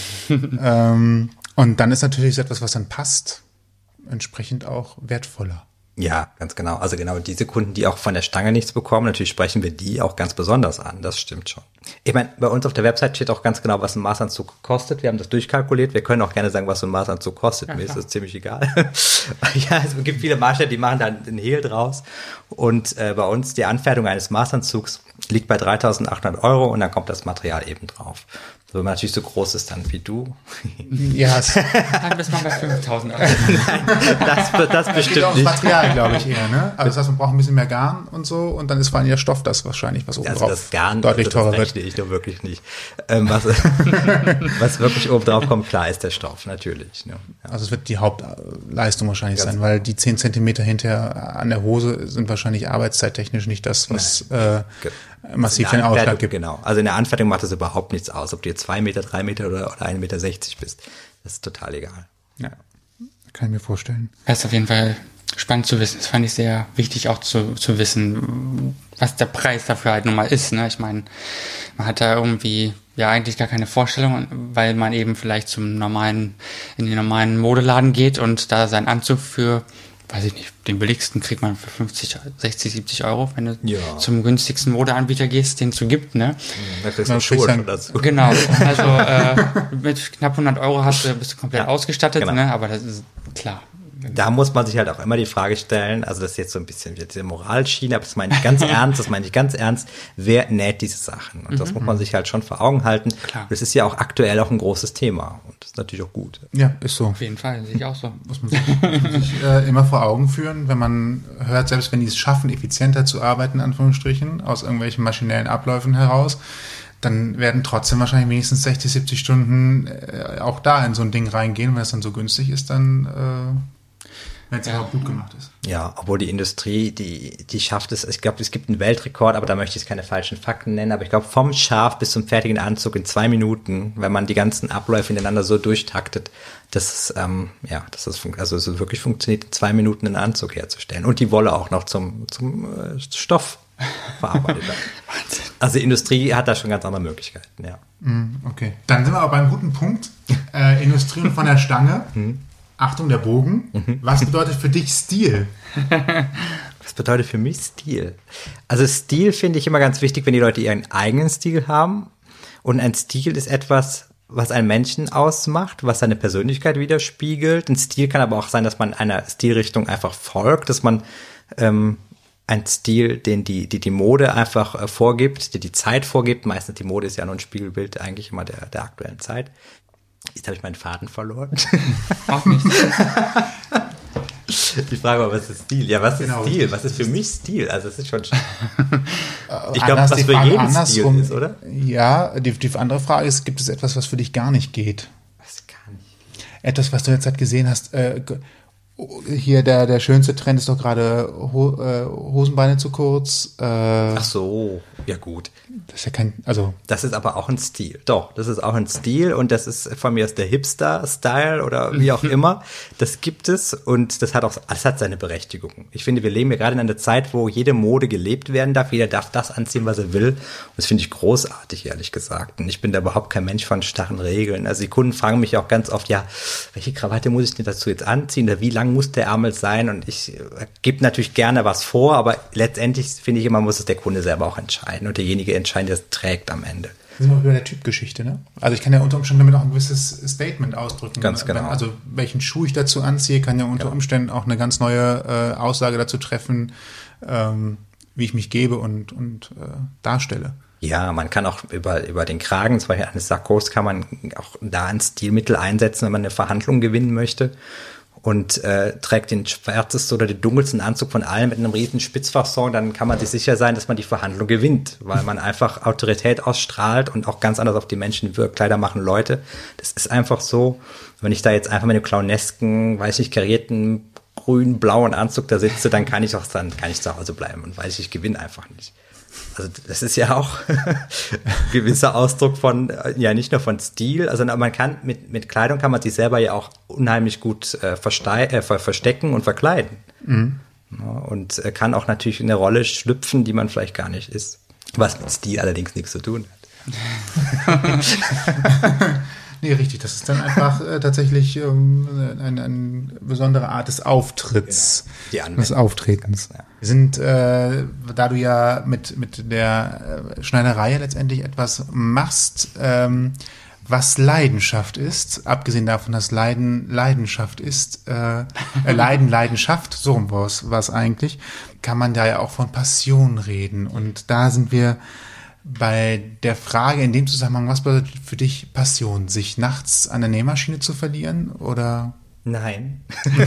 ähm, und dann ist natürlich etwas, was dann passt, entsprechend auch wertvoller. Ja, ganz genau. Also genau diese Kunden, die auch von der Stange nichts bekommen, natürlich sprechen wir die auch ganz besonders an. Das stimmt schon. Ich meine, bei uns auf der Website steht auch ganz genau, was ein Maßanzug kostet. Wir haben das durchkalkuliert. Wir können auch gerne sagen, was so ein Maßanzug kostet. Ja, mir ist das ziemlich egal. Ja, es gibt viele Maßstäbe, die machen da einen Hehl draus. Und äh, bei uns die Anfertigung eines Maßanzugs liegt bei dreitausendachthundert Euro und dann kommt das Material eben drauf. So, wenn man natürlich so groß ist dann wie du. Ja, dann bist man bei fünftausend Euro. Nein, das, das bestimmt das nicht. Material, glaube ich, eher, ne? Also das heißt, man braucht ein bisschen mehr Garn und so und dann ist vor allem der Stoff das wahrscheinlich, was oben also drauf das Garn, deutlich also teurer das wird. ich doch wirklich nicht. Ähm, was, was wirklich oben drauf kommt, klar, ist der Stoff, natürlich. Ne? Ja. Also es wird die Hauptleistung wahrscheinlich Ganz sein, weil die zehn Zentimeter hinter an der Hose sind wahrscheinlich arbeitszeittechnisch nicht das, was äh, massiv den Ausschlag gibt. Genau. Also in der Anfertigung macht das überhaupt nichts aus, ob du jetzt zwei Meter, drei Meter oder, oder ein Meter sechzig bist. Das ist total egal. Ja, kann ich mir vorstellen. Das ist auf jeden Fall spannend zu wissen. Das fand ich sehr wichtig auch zu, zu wissen, was der Preis dafür halt nun mal ist. Ne? Ich meine, man hat da irgendwie ja eigentlich gar keine Vorstellung, weil man eben vielleicht zum normalen, in den normalen Modeladen geht und da seinen Anzug für weiß ich nicht, den billigsten kriegt man für fünfzig, sechzig, siebzig Euro, wenn du Ja. zum günstigsten Modeanbieter gehst, den es so gibt, ne? Da kriegst Man du Schuhe kriegt schon dann- dazu. Genau, also äh, mit knapp hundert Euro hast du, bist du komplett Ja, ausgestattet, genau. ne? Aber das ist klar. Da muss man sich halt auch immer die Frage stellen, also das ist jetzt so ein bisschen wie diese Moralschiene, aber das meine ich ganz ernst, das meine ich ganz ernst, wer näht diese Sachen? Und das muss man sich halt schon vor Augen halten. Klar. Das ist ja auch aktuell auch ein großes Thema und das ist natürlich auch gut. Ja, ist so. Auf jeden Fall, sehe ich auch so. Muss man sich, muss man sich äh, immer vor Augen führen, wenn man hört, selbst wenn die es schaffen, effizienter zu arbeiten, in Anführungsstrichen, aus irgendwelchen maschinellen Abläufen heraus, dann werden trotzdem wahrscheinlich wenigstens sechzig, siebzig Stunden äh, auch da in so ein Ding reingehen. Wenn es dann so günstig ist, dann, äh, wenn es Ja. auch gut gemacht ist. Ja, obwohl die Industrie, die, die schafft es, ich glaube, es gibt einen Weltrekord, aber da möchte ich jetzt keine falschen Fakten nennen, aber ich glaube, vom Schaf bis zum fertigen Anzug in zwei Minuten, wenn man die ganzen Abläufe ineinander so durchtaktet, dass es, ähm, ja, dass es, fun- also es wirklich funktioniert, in zwei Minuten einen Anzug herzustellen und die Wolle auch noch zum, zum äh, Stoff verarbeitet wird. Also die Industrie hat da schon ganz andere Möglichkeiten, ja. Okay. Dann sind wir aber beim guten Punkt. Äh, Industrie und von der Stange. Achtung, der Bogen. Was bedeutet für dich Stil? Was bedeutet für mich Stil? Also Stil finde ich immer ganz wichtig, wenn die Leute ihren eigenen Stil haben. Und ein Stil ist etwas, was einen Menschen ausmacht, was seine Persönlichkeit widerspiegelt. Ein Stil kann aber auch sein, dass man einer Stilrichtung einfach folgt, dass man ähm, ein Stil, den die, die die Mode einfach äh, vorgibt, die die Zeit vorgibt. Meistens die Mode ist ja nur ein Spiegelbild eigentlich immer der, der aktuellen Zeit. Jetzt habe ich meinen Faden verloren. Auch nicht. Die Frage war, was ist Stil? Ja, was Genau. ist Stil? Was ist für mich Stil? Also es ist schon... Ich glaube, Anders, was die für Frage jeden andersrum. Stil ist, oder? Ja, die, die andere Frage ist, gibt es etwas, was für dich gar nicht geht? Was kann ich? Etwas, was du jetzt halt gesehen hast, äh, g- hier der, der schönste Trend ist doch gerade Ho äh, Hosenbeine zu kurz. Äh, Ach so, ja gut. das ist ja kein, also Das ist aber auch ein Stil. Doch, das ist auch ein Stil und das ist von mir aus der Hipster-Style oder wie auch immer. Das gibt es und das hat auch, das hat seine Berechtigung. Ich finde, wir leben ja gerade in einer Zeit, wo jede Mode gelebt werden darf. Jeder darf das anziehen, was er will. Und das finde ich großartig, ehrlich gesagt. Und ich bin da überhaupt kein Mensch von starren Regeln. Also die Kunden fragen mich auch ganz oft, ja, welche Krawatte muss ich denn dazu jetzt anziehen? Oder wie lang muss der Ärmel sein? Und ich äh, gebe natürlich gerne was vor, aber letztendlich finde ich immer, muss es der Kunde selber auch entscheiden und derjenige entscheiden, der es trägt am Ende. sind wir bei der Typgeschichte, ne? Also ich kann ja unter Umständen damit auch ein gewisses Statement ausdrücken. Ganz genau. Wenn, also welchen Schuh ich dazu anziehe, kann ja unter Genau. Umständen auch eine ganz neue äh, Aussage dazu treffen, ähm, wie ich mich gebe und, und äh, darstelle. Ja, man kann auch über, über den Kragen, zum Beispiel eines Sakkos, kann man auch da ein Stilmittel einsetzen, wenn man eine Verhandlung gewinnen möchte. Und äh, trägt den schwärzesten oder den dunkelsten Anzug von allen mit einem riesen Spitzfachsong, dann kann man sich sicher sein, dass man die Verhandlung gewinnt, weil man einfach Autorität ausstrahlt und auch ganz anders auf die Menschen wirkt. Kleider machen Leute. Das ist einfach so. Wenn ich da jetzt einfach mit einem clownesken, weiß nicht, karierten, grün, blauen Anzug da sitze, dann kann ich auch dann kann ich zu Hause bleiben und weiß, ich gewinne einfach nicht. Also das ist ja auch ein gewisser Ausdruck von, ja nicht nur von Stil, also man kann mit mit Kleidung kann man sich selber ja auch unheimlich gut äh, verstei- äh, ver- verstecken und verkleiden. Mhm. Ja, und äh, kann auch natürlich in eine Rolle schlüpfen, die man vielleicht gar nicht ist. Was mit Stil allerdings nichts zu tun hat. Nee, richtig. Das ist dann einfach äh, tatsächlich ähm, eine, eine besondere Art des Auftritts, Die Anwendung. des Auftretens. Ja. Wir sind, äh, da du ja mit, mit der äh, Schneiderei letztendlich etwas machst, ähm, was Leidenschaft ist, abgesehen davon, dass Leiden Leidenschaft ist, äh, äh, Leiden Leidenschaft, so rum war es eigentlich, kann man da ja auch von Passion reden. Und da sind wir bei der Frage in dem Zusammenhang, was bedeutet für dich Passion? Sich nachts an der Nähmaschine zu verlieren oder? Nein.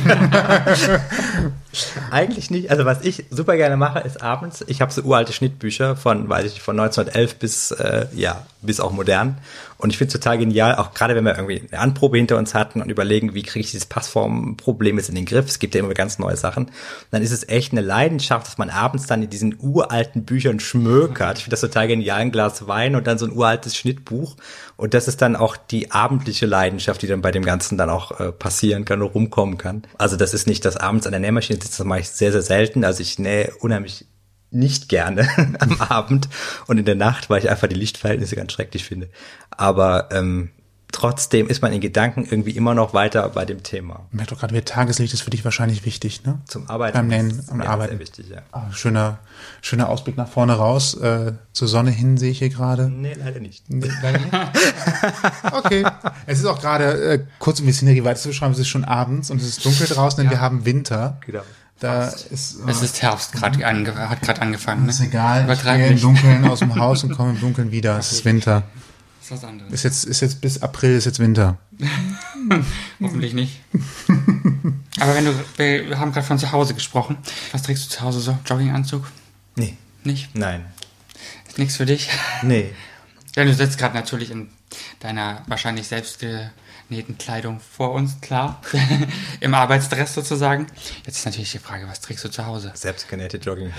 Eigentlich nicht. Also was ich super gerne mache, ist abends, ich habe so uralte Schnittbücher von, weiß ich, von neunzehnhundertelf bis, äh, ja, bis auch modern. Und ich finde es total genial, auch gerade wenn wir irgendwie eine Anprobe hinter uns hatten und überlegen, wie kriege ich dieses Passformproblem jetzt in den Griff. Es gibt ja immer ganz neue Sachen. Dann ist es echt eine Leidenschaft, dass man abends dann in diesen uralten Büchern schmökert. Ich finde das total genial, ein Glas Wein und dann so ein uraltes Schnittbuch. Und das ist dann auch die abendliche Leidenschaft, die dann bei dem Ganzen dann auch äh, passieren kann oder rumkommen kann. Also das ist nicht das abends an der Nähmaschine sitzt, das mache ich sehr, sehr selten. Also ich nähe unheimlich nicht gerne am Abend und in der Nacht, weil ich einfach die Lichtverhältnisse ganz schrecklich finde. Aber ähm, trotzdem ist man in Gedanken irgendwie immer noch weiter bei dem Thema. Ich merke doch gerade, Tageslicht ist für dich wahrscheinlich wichtig, ne? Zum Arbeiten. Beim Nähen, am Arbeiten. Sehr wichtig, ja. Ah, schöner, schöner Ausblick nach vorne raus. Äh, zur Sonne hin sehe ich hier gerade. Nee, leider nicht. Nee, leider nicht. Okay. Es ist auch gerade, äh, kurz um die Szenerie weiter zu beschreiben, es ist schon abends und es ist dunkel draußen, denn Ja. wir haben Winter. Genau. Da ist, äh, Es ist Herbst, gerade ange hat gerade angefangen. Ne? ist egal, ich Übertreib gehe im nicht. Dunkeln aus dem Haus und komme im Dunkeln wieder. Es ist Winter. Das ist was anderes. Ist jetzt, ist jetzt bis April ist jetzt Winter. Hoffentlich nicht. Aber wenn du, wir haben gerade von zu Hause gesprochen. Was trägst du zu Hause so? Jogginganzug? Nee, Nicht? nein. Ist nichts für dich? Nee. Ja, du sitzt gerade natürlich in deiner wahrscheinlich selbst genähten Kleidung vor uns, klar. Im Arbeitsdress sozusagen. Jetzt ist natürlich die Frage, was trägst du zu Hause? Selbstgenähte Jogginghose.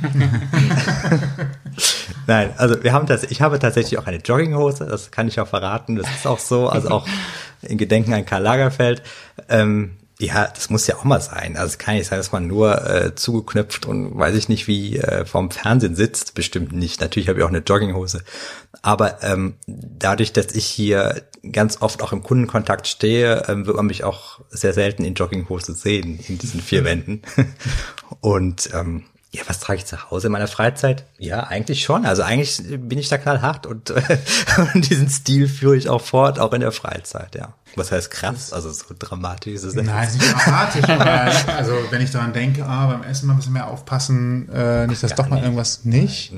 Nein, also wir haben das, ich habe tatsächlich auch eine Jogginghose, das kann ich auch verraten, das ist auch so, also auch in Gedenken an Karl Lagerfeld. Ähm, ja, das muss ja auch mal sein. Also es kann nicht sein, dass man nur äh, zugeknöpft und weiß ich nicht wie äh, vorm Fernsehen sitzt. Bestimmt nicht. Natürlich habe ich auch eine Jogginghose. Aber ähm, dadurch, dass ich hier ganz oft auch im Kundenkontakt stehe, ähm, wird man mich auch sehr selten in Jogginghose sehen, in diesen vier Wänden. Und ähm, ja, was trage ich zu Hause in meiner Freizeit? Ja, eigentlich schon. Also eigentlich bin ich da knallhart und, und diesen Stil führe ich auch fort, auch in der Freizeit, ja. Was heißt krass? Also so dramatisch ist es nicht. Nein, ist nicht dramatisch, aber also wenn ich daran denke, ah, beim Essen mal ein bisschen mehr aufpassen, äh, nicht, dass Ach, doch mal nicht. irgendwas nicht.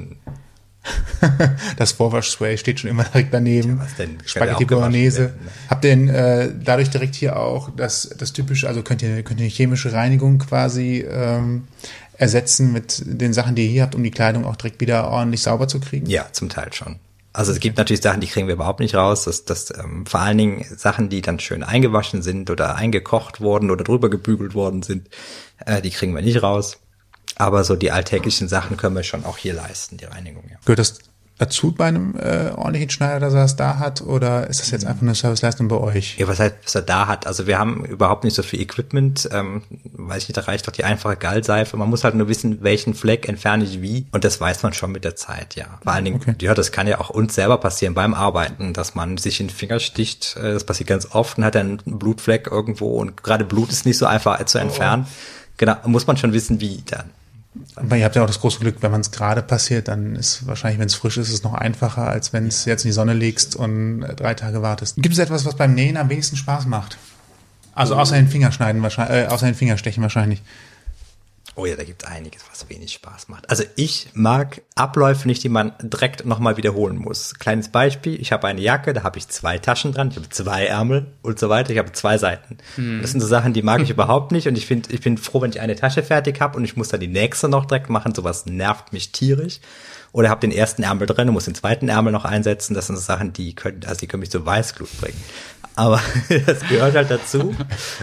Das Vorwaschspray steht schon immer direkt daneben. Ja, was denn? Kann Spaghetti ja auch gewaschen Bolognese. werden, ne? Habt ihr denn äh, dadurch direkt hier auch das, das typische, also könnt ihr, könnt ihr chemische Reinigung quasi ähm, ersetzen mit den Sachen, die ihr hier habt, um die Kleidung auch direkt wieder ordentlich sauber zu kriegen? Ja, zum Teil schon. Also es gibt natürlich Sachen, die kriegen wir überhaupt nicht raus. Das, das ähm, vor allen Dingen Sachen, die dann schön eingewaschen sind oder eingekocht worden oder drüber gebügelt worden sind, äh, die kriegen wir nicht raus. Aber so die alltäglichen Sachen können wir schon auch hier leisten, die Reinigung, ja. Gehört das dazu bei einem äh, ordentlichen Schneider, dass er das da hat? Oder ist das jetzt einfach eine Serviceleistung bei euch? Ja, was heißt, was er da hat? Also wir haben überhaupt nicht so viel Equipment. Ähm, weiß ich nicht, da reicht doch die einfache Gallseife. Man muss halt nur wissen, welchen Fleck entferne ich wie. Und das weiß man schon mit der Zeit, ja. Vor allen Dingen, Okay. ja, das kann ja auch uns selber passieren beim Arbeiten, dass man sich in den Finger sticht. Äh, Das passiert ganz oft und hat dann einen Blutfleck irgendwo. Und gerade Blut ist nicht so einfach zu entfernen. Genau, muss man schon wissen, wie dann. Aber ihr habt ja auch das große Glück, wenn man es gerade passiert, dann ist wahrscheinlich, wenn es frisch ist, es noch einfacher, als wenn es jetzt in die Sonne legst und äh, drei Tage wartest. Gibt es etwas, was beim Nähen am wenigsten Spaß macht? Also außer den Fingerschneiden wahrscheinlich, äh, außer den Fingerstechen wahrscheinlich. Oh ja, da gibt es einiges, was wenig Spaß macht. Also ich mag Abläufe nicht, die man direkt nochmal wiederholen muss. Kleines Beispiel, ich habe eine Jacke, da habe ich zwei Taschen dran, ich habe zwei Ärmel und so weiter, ich habe zwei Seiten. Hm. Das sind so Sachen, die mag ich überhaupt nicht und ich finde, ich bin froh, wenn ich eine Tasche fertig habe und ich muss dann die nächste noch direkt machen, sowas nervt mich tierisch. Oder habe den ersten Ärmel drin und muss den zweiten Ärmel noch einsetzen, das sind so Sachen, die können, also die können mich zur Weißglut bringen. Aber das gehört halt dazu.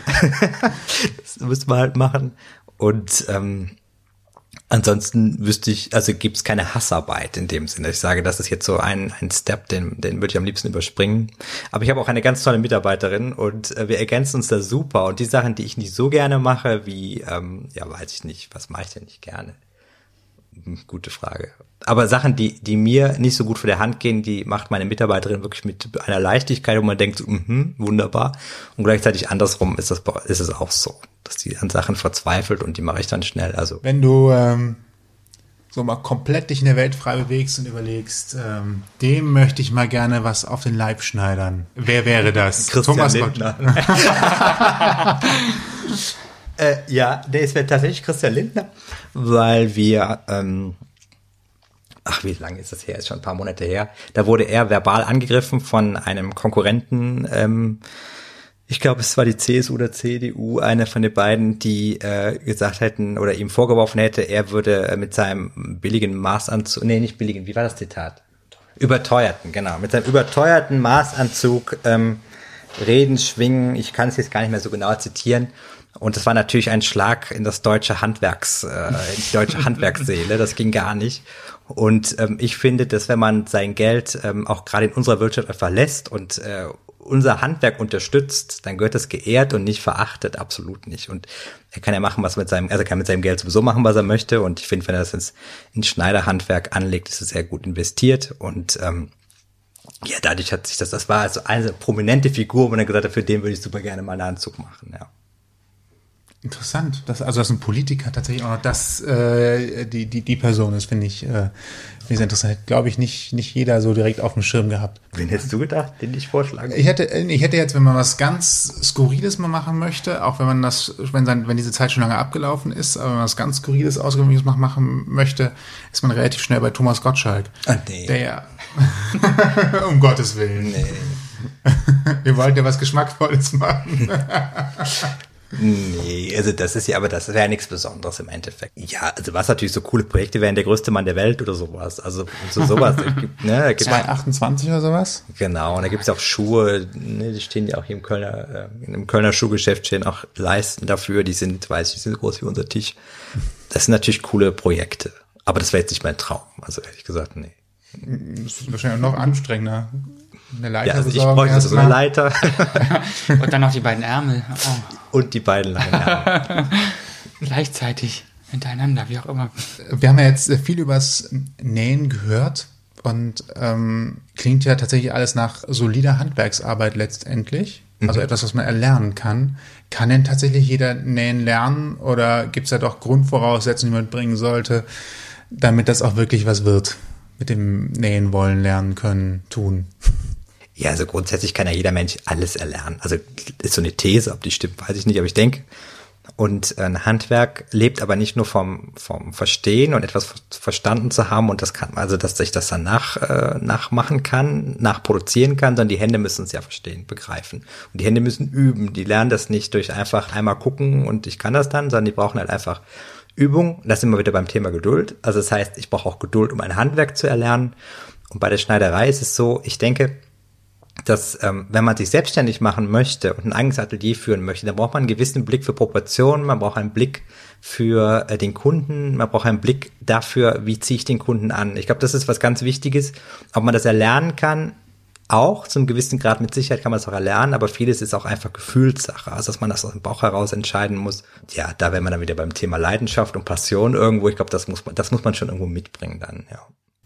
Das muss man halt machen. Und ähm, ansonsten wüsste ich, also gibt es keine Hassarbeit in dem Sinne. Ich sage, das ist jetzt so ein ein Step, den den würde ich am liebsten überspringen. Aber ich habe auch eine ganz tolle Mitarbeiterin und äh, wir ergänzen uns da super. Und die Sachen, die ich nicht so gerne mache, wie, ähm, ja, weiß ich nicht, was mache ich denn nicht gerne? Hm, gute Frage. Aber Sachen, die die mir nicht so gut vor der Hand gehen, die macht meine Mitarbeiterin wirklich mit einer Leichtigkeit, wo man denkt, so, mhm, wunderbar. Und gleichzeitig andersrum ist das ist es auch so, dass die an Sachen verzweifelt und die mache ich dann schnell. Also Wenn du ähm, so mal komplett dich in der Welt frei bewegst und überlegst, ähm, dem möchte ich mal gerne was auf den Leib schneidern. Wer wäre das? Christian Thomas Lindner. Gott. äh, ja, der ist tatsächlich Christian Lindner, weil wir ähm, ach, wie lange ist das her? Ist schon ein paar Monate her. Da wurde er verbal angegriffen von einem Konkurrenten. Ähm, ich glaube, es war die C S U oder C D U, eine von den beiden, die äh, gesagt hätten oder ihm vorgeworfen hätte, er würde mit seinem billigen Maßanzug, nee, nicht billigen, wie war das Zitat? Überteuerten, genau. Mit seinem überteuerten Maßanzug ähm, reden, schwingen. Ich kann es jetzt gar nicht mehr so genau zitieren. Und das war natürlich ein Schlag in das deutsche Handwerks, äh, in die deutsche Handwerksseele. Das ging gar nicht. Und ähm, ich finde, dass wenn man sein Geld ähm, auch gerade in unserer Wirtschaft einfach lässt und äh, unser Handwerk unterstützt, dann gehört das geehrt und nicht verachtet, absolut nicht. Und er kann ja machen, was mit seinem, also er kann mit seinem Geld sowieso machen, was er möchte. Und ich finde, wenn er das ins, ins Schneiderhandwerk anlegt, ist es sehr gut investiert. Und ähm, ja, dadurch hat sich das, das war also eine prominente Figur, wo man dann gesagt hat, für den würde ich super gerne mal einen Anzug machen, ja. Interessant, dass, also dass ein Politiker tatsächlich auch noch das, äh, die, die, die Person ist, finde ich, äh, finde ich sehr interessant. Glaube ich, nicht, nicht jeder so direkt auf dem Schirm gehabt. Wen hättest du gedacht, den ich vorschlagen? Ich hätte, ich hätte jetzt, wenn man was ganz Skurriles mal machen möchte, auch wenn man das, wenn dann, wenn diese Zeit schon lange abgelaufen ist, aber wenn man was ganz Skurriles, Außergewöhnliches machen möchte, ist man relativ schnell bei Thomas Gottschalk. Ah, nee. Der ja, um Gottes Willen. Nee. Wir wollten ja was Geschmackvolles machen. Nee, also das ist ja, aber das wäre ja nichts Besonderes im Endeffekt. Ja, also was natürlich so coole Projekte wären, der größte Mann der Welt oder sowas. Also so sowas. Gibt, ne, da gibt's, zwei achtundzwanzig oder sowas? Genau, und da gibt es auch Schuhe, ne, die stehen ja auch hier im Kölner, äh, im Kölner Schuhgeschäft stehen auch Leisten dafür, die sind, weiß ich, die sind so groß wie unser Tisch. Das sind natürlich coole Projekte. Aber das wäre jetzt nicht mein Traum. Also ehrlich gesagt, nee. Das ist wahrscheinlich noch anstrengender. Eine Leiter Ja, also ich besorgen bräuchte so eine Leiter. Und dann noch die beiden Ärmel. Oh. Und die beiden langen Ärmel. Gleichzeitig, hintereinander, wie auch immer. Wir haben ja jetzt viel übers Nähen gehört und ähm, klingt ja tatsächlich alles nach solider Handwerksarbeit letztendlich. Also mhm. etwas, was man erlernen kann. Kann denn tatsächlich jeder nähen lernen oder gibt es da doch Grundvoraussetzungen, die man mitbringen sollte, damit das auch wirklich was wird? Mit dem Nähen wollen, lernen können, tun. Ja, also grundsätzlich kann ja jeder Mensch alles erlernen. Also ist so eine These, ob die stimmt, weiß ich nicht, aber ich denke. Und ein Handwerk lebt aber nicht nur vom vom Verstehen und etwas verstanden zu haben und das kann, also dass ich das dann nach äh, nachmachen kann, nachproduzieren kann, sondern die Hände müssen es ja verstehen, begreifen. Und die Hände müssen üben. Die lernen das nicht durch einfach einmal gucken und ich kann das dann, sondern die brauchen halt einfach Übung. Das sind wir wieder beim Thema Geduld. Also das heißt, ich brauche auch Geduld, um ein Handwerk zu erlernen. Und bei der Schneiderei ist es so, ich denke, dass ähm, wenn man sich selbstständig machen möchte und ein eigenes Atelier führen möchte, dann braucht man einen gewissen Blick für Proportionen, man braucht einen Blick für äh, den Kunden, man braucht einen Blick dafür, wie ziehe ich den Kunden an. Ich glaube, das ist was ganz Wichtiges. Ob man das erlernen kann, auch zum gewissen Grad mit Sicherheit kann man es auch erlernen, aber vieles ist auch einfach Gefühlssache, also dass man das aus dem Bauch heraus entscheiden muss. Ja, da wäre man dann wieder beim Thema Leidenschaft und Passion irgendwo. Ich glaube, das muss man, das muss man schon irgendwo mitbringen dann, ja.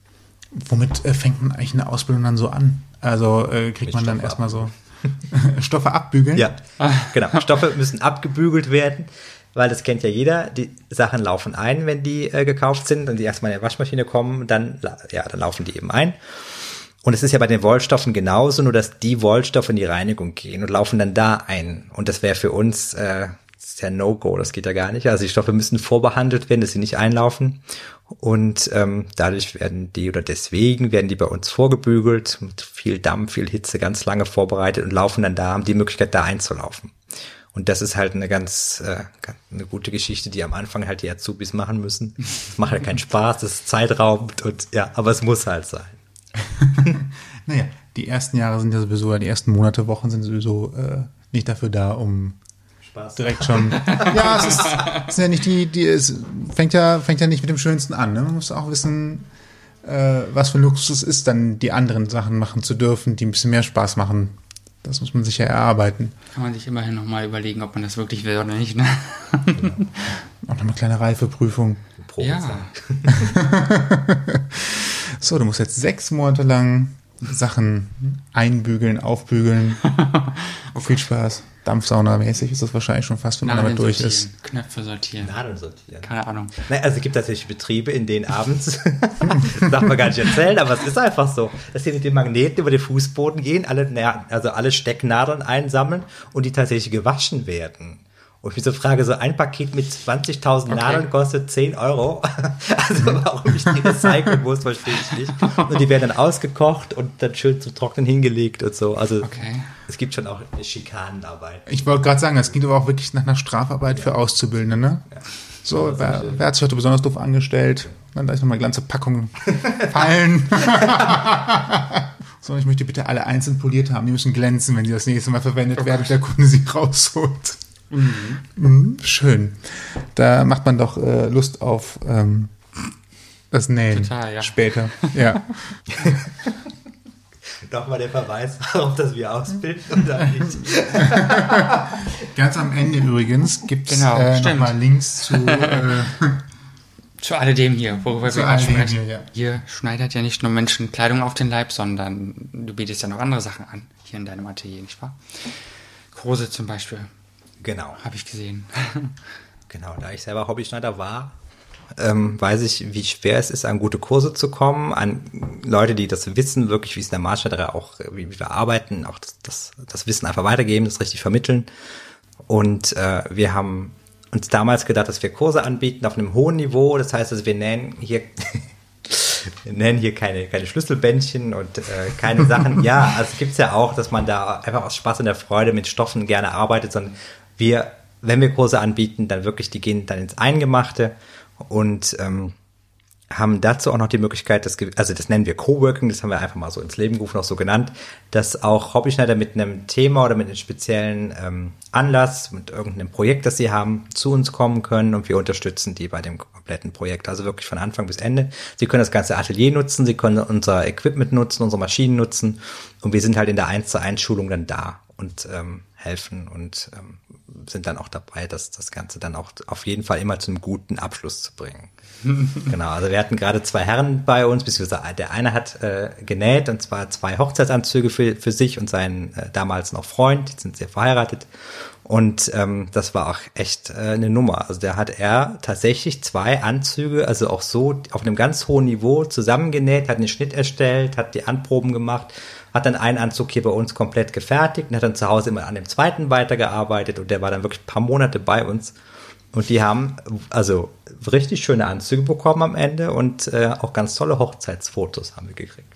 Womit äh, fängt man eigentlich eine Ausbildung dann so an? Also äh, kriegt Mit man dann Stoffe erstmal so Stoffe abbügeln? Ja, genau. Stoffe müssen abgebügelt werden, weil das kennt ja jeder. Die Sachen laufen ein, wenn die äh, gekauft sind und die erstmal in die Waschmaschine kommen, dann, ja, dann laufen die eben ein. Und es ist ja bei den Wollstoffen genauso, nur dass die Wollstoffe in die Reinigung gehen und laufen dann da ein. Und das wäre für uns äh, das ist ja No-Go, das geht ja gar nicht. Also die Stoffe müssen vorbehandelt werden, dass sie nicht einlaufen. Und ähm, dadurch werden die, oder deswegen werden die bei uns vorgebügelt, mit viel Dampf, viel Hitze, ganz lange vorbereitet und laufen dann da, haben die Möglichkeit, da einzulaufen. Und das ist halt eine ganz, äh, eine gute Geschichte, die am Anfang halt die Azubis machen müssen. Das macht halt keinen Spaß, das ist zeitraubend und ja, aber es muss halt sein. Naja, die ersten Jahre sind ja sowieso, oder die ersten Monate, Wochen sind sowieso äh, nicht dafür da, um Spaß. Direkt schon. Ja, es ist, es ist ja nicht die, die es fängt ja, fängt ja nicht mit dem Schönsten an. Ne? Man muss auch wissen, äh, was für ein Luxus es ist, dann die anderen Sachen machen zu dürfen, die ein bisschen mehr Spaß machen. Das muss man sich ja erarbeiten. Kann man sich immerhin nochmal überlegen, ob man das wirklich will oder nicht. Ne? Genau. Auch noch eine kleine Reifeprüfung. Ja. So, du musst jetzt sechs Monate lang Sachen einbügeln, aufbügeln. Oh, viel Spaß. Dampfsauna-mäßig ist das wahrscheinlich schon fast, wenn man damit durch ist. Knöpfe sortieren. Nadeln sortieren. Keine Ahnung. Naja, also es gibt natürlich Betriebe, in denen abends, das darf man gar nicht erzählen, aber es ist einfach so, dass die mit den Magneten über den Fußboden gehen, alle, also alle Stecknadeln einsammeln und die tatsächlich gewaschen werden. Und ich mich so frage, so ein Paket mit zwanzigtausend okay. Nadeln kostet zehn Euro. Also warum ich die recyceln muss, verstehe ich nicht. Und die werden dann ausgekocht und dann schön zum Trocknen hingelegt und so. Also okay. Es gibt schon auch Schikanenarbeit. Ich wollte gerade sagen, es klingt aber auch wirklich nach einer Strafarbeit ja. für Auszubildende, ne? Ja. So, wer, wer hat sich heute besonders doof angestellt? Dann da ist nochmal eine ganze Packung fallen. So, ich möchte bitte alle einzeln poliert haben. Die müssen glänzen, wenn sie das nächste Mal verwendet okay. werden und der Kunde sie rausholt. Mhm. Mhm, schön. Da macht man doch äh, Lust auf ähm, das Nähen. Total, ja. Später. Ja. Nochmal der Verweis, ob das wir ausbilden oder nicht. Ganz am Ende übrigens gibt es genau, äh, nochmal Links zu, äh, Zu alledem hier, worüber Zu wir gerade alledem sprechen. hier, ja. Hier schneidert ja nicht nur Menschen Kleidung auf den Leib, sondern du bietest ja noch andere Sachen an, hier in deinem Atelier, nicht wahr? Krose zum Beispiel, Genau. habe ich gesehen. Genau, da ich selber Hobbyschneider war, ähm, weiß ich, wie schwer es ist, an gute Kurse zu kommen, an Leute, die das wissen, wirklich, wie es in der Maßschneiderei auch, wie, wie wir arbeiten, auch das, das, das Wissen einfach weitergeben, das richtig vermitteln. Und äh, wir haben uns damals gedacht, dass wir Kurse anbieten auf einem hohen Niveau. Das heißt, also wir nähen hier, wir nähen hier keine, keine Schlüsselbändchen und äh, keine Sachen. Ja, also es gibt's ja auch, dass man da einfach aus Spaß und der Freude mit Stoffen gerne arbeitet, sondern wir, wenn wir Kurse anbieten, dann wirklich, die gehen dann ins Eingemachte und ähm, haben dazu auch noch die Möglichkeit, das, also das nennen wir Coworking, das haben wir einfach mal so ins Leben gerufen, auch so genannt, dass auch Hobbyschneider mit einem Thema oder mit einem speziellen ähm, Anlass, mit irgendeinem Projekt, das sie haben, zu uns kommen können und wir unterstützen die bei dem kompletten Projekt, also wirklich von Anfang bis Ende. Sie können das ganze Atelier nutzen, sie können unser Equipment nutzen, unsere Maschinen nutzen und wir sind halt in der eins zu eins Schulung dann da und ähm, helfen und ähm, sind dann auch dabei, das, das Ganze dann auch auf jeden Fall immer zu einem guten Abschluss zu bringen. Genau, also wir hatten gerade zwei Herren bei uns, beziehungsweise der eine hat äh, genäht, und zwar zwei Hochzeitsanzüge für, für sich und seinen äh, damals noch Freund, die sind sehr verheiratet. Und ähm, das war auch echt äh, eine Nummer. Also da hat er tatsächlich zwei Anzüge, also auch so auf einem ganz hohen Niveau zusammengenäht, hat einen Schnitt erstellt, hat die Anproben gemacht, hat dann einen Anzug hier bei uns komplett gefertigt und hat dann zu Hause immer an dem zweiten weitergearbeitet und der war dann wirklich ein paar Monate bei uns. Und die haben also richtig schöne Anzüge bekommen am Ende und äh, auch ganz tolle Hochzeitsfotos haben wir gekriegt.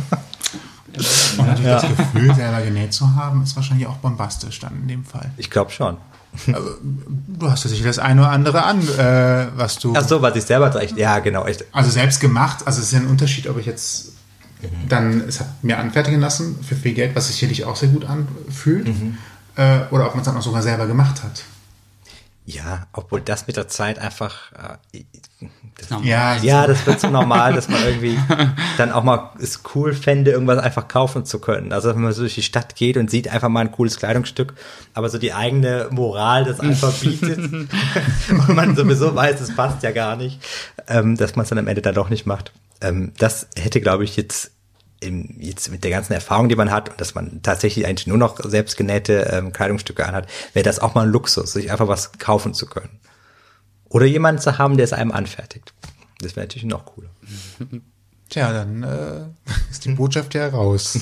Und natürlich ja. Das Gefühl, selber genäht zu haben, ist wahrscheinlich auch bombastisch dann in dem Fall. Ich glaube schon. Aber du hast ja sicher das eine oder andere an, äh, was du... Ach so, was ich selber trage. Ja, genau. Echt. Also selbst gemacht, also es ist ja ein Unterschied, ob ich jetzt mhm. dann es hat mir anfertigen lassen für viel Geld, was sich sicherlich auch sehr gut anfühlt, mhm. äh, oder ob man es dann auch sogar selber gemacht hat. Ja, obwohl das mit der Zeit einfach, äh, das, ja, ja, das wird so normal, dass man irgendwie dann auch mal es cool fände, irgendwas einfach kaufen zu können. Also wenn man so durch die Stadt geht und sieht einfach mal ein cooles Kleidungsstück, aber so die eigene Moral das einfach bietet und man sowieso weiß, es passt ja gar nicht, ähm, dass man es dann am Ende dann doch nicht macht. Ähm, das hätte, glaube ich, jetzt Im, jetzt mit der ganzen Erfahrung, die man hat und dass man tatsächlich eigentlich nur noch selbstgenähte ähm, Kleidungsstücke anhat, wäre das auch mal ein Luxus, sich einfach was kaufen zu können. Oder jemanden zu haben, der es einem anfertigt. Das wäre natürlich noch cooler. Tja, dann äh, ist die Botschaft ja raus.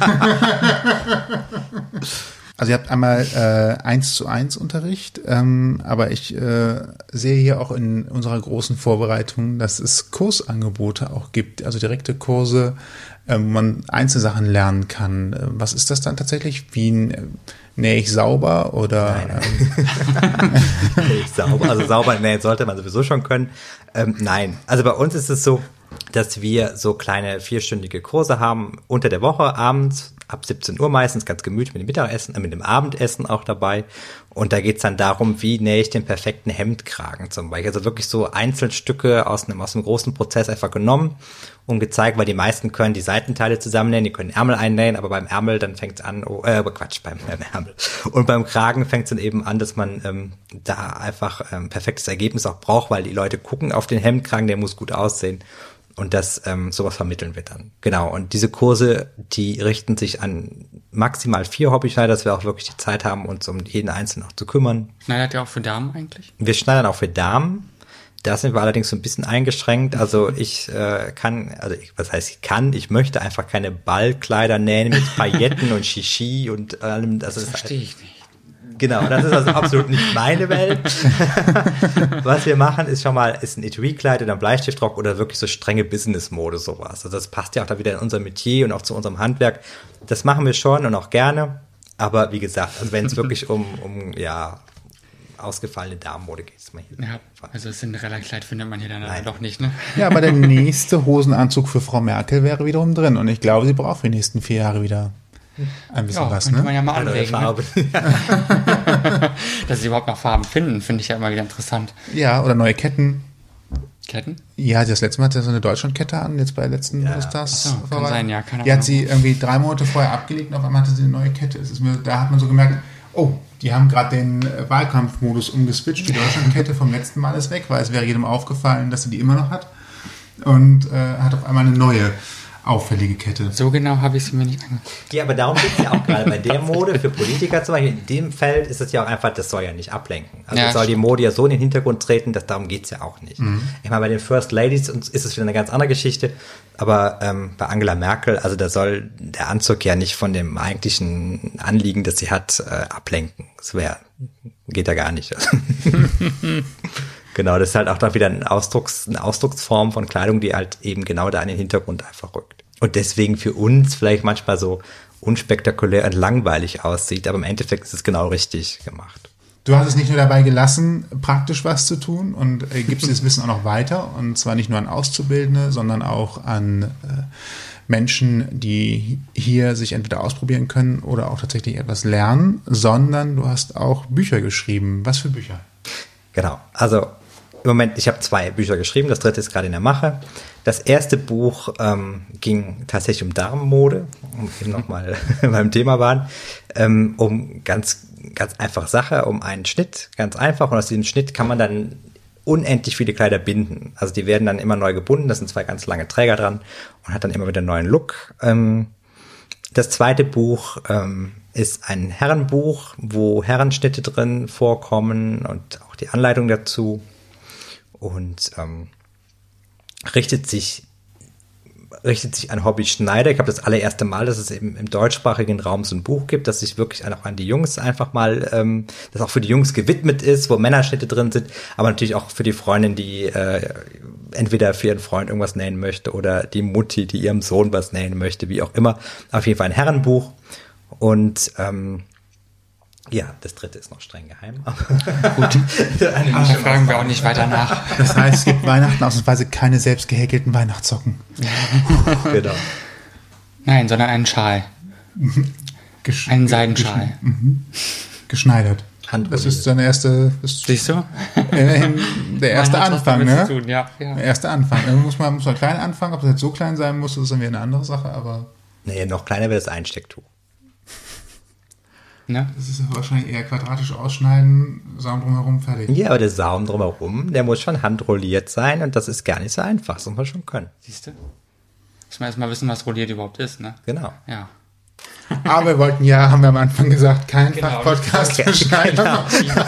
Also ihr habt einmal äh, eins zu eins Unterricht, ähm, aber ich äh, sehe hier auch in unserer großen Vorbereitung, dass es Kursangebote auch gibt, also direkte Kurse, äh, wo man einzelne lernen kann. Äh, was ist das dann tatsächlich? Wie äh, nähe ich sauber oder? Nein, nein. Ähm, nähe ich sauber, also sauber nähen sollte man sowieso schon können. Ähm, nein, also bei uns ist es so, dass wir so kleine vierstündige Kurse haben unter der Woche, abends ab siebzehn Uhr meistens, ganz gemütlich mit dem Mittagessen, äh, mit dem Abendessen auch dabei. Und da geht's dann darum, wie nähe ich den perfekten Hemdkragen zum Beispiel. Also wirklich so Einzelstücke aus einem, aus einem großen Prozess einfach genommen und gezeigt, weil die meisten können die Seitenteile zusammennähen, die können Ärmel einnähen, aber beim Ärmel dann fängt's an, oh, äh, Quatsch, beim, beim Ärmel. Und beim Kragen fängt's dann eben an, dass man ähm, da einfach ähm, perfektes Ergebnis auch braucht, weil die Leute gucken auf den Hemdkragen, der muss gut aussehen. Und das, ähm, sowas vermitteln wir dann. Genau. Und diese Kurse, die richten sich an maximal vier Hobbyschneider, dass wir auch wirklich die Zeit haben, uns um jeden Einzelnen noch zu kümmern. Schneidert ihr auch für Damen eigentlich? Wir schneidern auch für Damen. Da sind wir allerdings so ein bisschen eingeschränkt. Also ich äh, kann, also ich, was heißt ich kann, ich möchte einfach keine Ballkleider nähen mit Pailletten und Shishi und allem. Das, das ist verstehe halt, ich nicht. Genau, das ist also absolut nicht meine Welt. Was wir machen, ist schon mal, ist ein Etui-Kleid oder ein Bleistiftrock oder wirklich so strenge Business-Mode, sowas. Also das passt ja auch da wieder in unser Metier und auch zu unserem Handwerk. Das machen wir schon und auch gerne. Aber wie gesagt, also wenn es wirklich um, um, ja, ausgefallene Damenmode geht, ist mal hier. Ja, also das Cinderella-Kleid findet man hier dann Nein. doch nicht, ne? Ja, aber der nächste Hosenanzug für Frau Merkel wäre wiederum drin. Und ich glaube, sie braucht für die nächsten vier Jahre wieder ein bisschen ja, was, könnte ne? man ja mal anregen. Farbe. Ne? Dass sie überhaupt noch Farben finden, finde ich ja immer wieder interessant. Ja, oder neue Ketten. Ketten? Ja, das letzte Mal hatte sie so eine Deutschlandkette an, jetzt bei der letzten ja. Bundestags. So, kann sein, ja. Keine Die hat sie irgendwie drei Monate vorher abgelegt und auf einmal hatte sie eine neue Kette. Es ist mir, da hat man so gemerkt, oh, Die haben gerade den äh, Wahlkampfmodus umgeswitcht. Die Deutschlandkette vom letzten Mal ist weg, weil es wäre jedem aufgefallen, dass sie die immer noch hat. Und äh, hat auf einmal eine neue auffällige Kette. So genau habe ich sie mir nicht angeguckt. Ja, aber darum geht es ja auch gerade bei der Mode für Politiker zum Beispiel. In dem Feld ist es ja auch einfach, das soll ja nicht ablenken. Also Ja, soll die stimmt. Mode ja so in den Hintergrund treten, dass darum geht es ja auch nicht. Mhm. Ich meine, bei den First Ladies ist es wieder eine ganz andere Geschichte, aber ähm, bei Angela Merkel, also da soll der Anzug ja nicht von dem eigentlichen Anliegen, das sie hat, äh, ablenken. Das wäre, geht ja gar nicht. Genau, das ist halt auch dann wieder ein Ausdrucks, eine Ausdrucksform von Kleidung, die halt eben genau da in den Hintergrund einfach rückt. Und deswegen für uns vielleicht manchmal so unspektakulär und langweilig aussieht, aber im Endeffekt ist es genau richtig gemacht. Du hast es nicht nur dabei gelassen, praktisch was zu tun und äh, gibst dieses Wissen auch noch weiter. Und zwar nicht nur an Auszubildende, sondern auch an äh, Menschen, die hier sich entweder ausprobieren können oder auch tatsächlich etwas lernen, sondern du hast auch Bücher geschrieben. Was für Bücher? Genau, also im Moment, ich habe zwei Bücher geschrieben, das dritte ist gerade in der Mache. Das erste Buch ähm, ging tatsächlich um Darmmode, um eben nochmal beim Thema waren, ähm, um ganz, ganz einfache Sache, um einen Schnitt, ganz einfach. Und aus diesem Schnitt kann man dann unendlich viele Kleider binden. Also die werden dann immer neu gebunden, das sind zwei ganz lange Träger dran und hat dann immer wieder einen neuen Look. Ähm, das zweite Buch ähm, ist ein Herrenbuch, wo Herrenschnitte drin vorkommen und auch die Anleitung dazu. Und ähm, richtet sich richtet sich an Hobby-Schneider. Ich glaube, das allererste Mal, dass es eben im deutschsprachigen Raum so ein Buch gibt, das sich wirklich auch an die Jungs einfach mal, ähm, das auch für die Jungs gewidmet ist, wo Männerschnitte drin sind, aber natürlich auch für die Freundin, die äh, entweder für ihren Freund irgendwas nähen möchte oder die Mutti, die ihrem Sohn was nähen möchte, wie auch immer. Auf jeden Fall ein Herrenbuch. Und ähm, ja, das dritte ist noch streng geheim. Gut, da fragen wir auch nicht weiter nach. Das heißt, es gibt Weihnachten ausnahmsweise keine selbst gehäkelten Weihnachtssocken. Genau. Nein, sondern einen Schal. Gesch Einen Seidenschal. Mhm. Geschneidert. Das ist dein erste, das Siehst du? immerhin der erste Man hat's was Anfang, damit ne? zu tun, ja, ja. Der erste Anfang. Da muss man, muss man klein anfangen, ob das jetzt so klein sein muss, das ist dann wieder eine andere Sache, aber. Nee, noch kleiner wäre das Einstecktuch. Ne? Das ist wahrscheinlich eher quadratisch ausschneiden, Saum drumherum, fertig. Ja, aber der Saum drumherum, der muss schon handrolliert sein und das ist gar nicht so einfach, das muss man schon können. Siehst du? Muss man erstmal wissen, was rolliert überhaupt ist, ne? Genau. Ja. Aber wir wollten ja, haben wir am Anfang gesagt, keinen Genau. Fachpodcast Okay, für Schneider.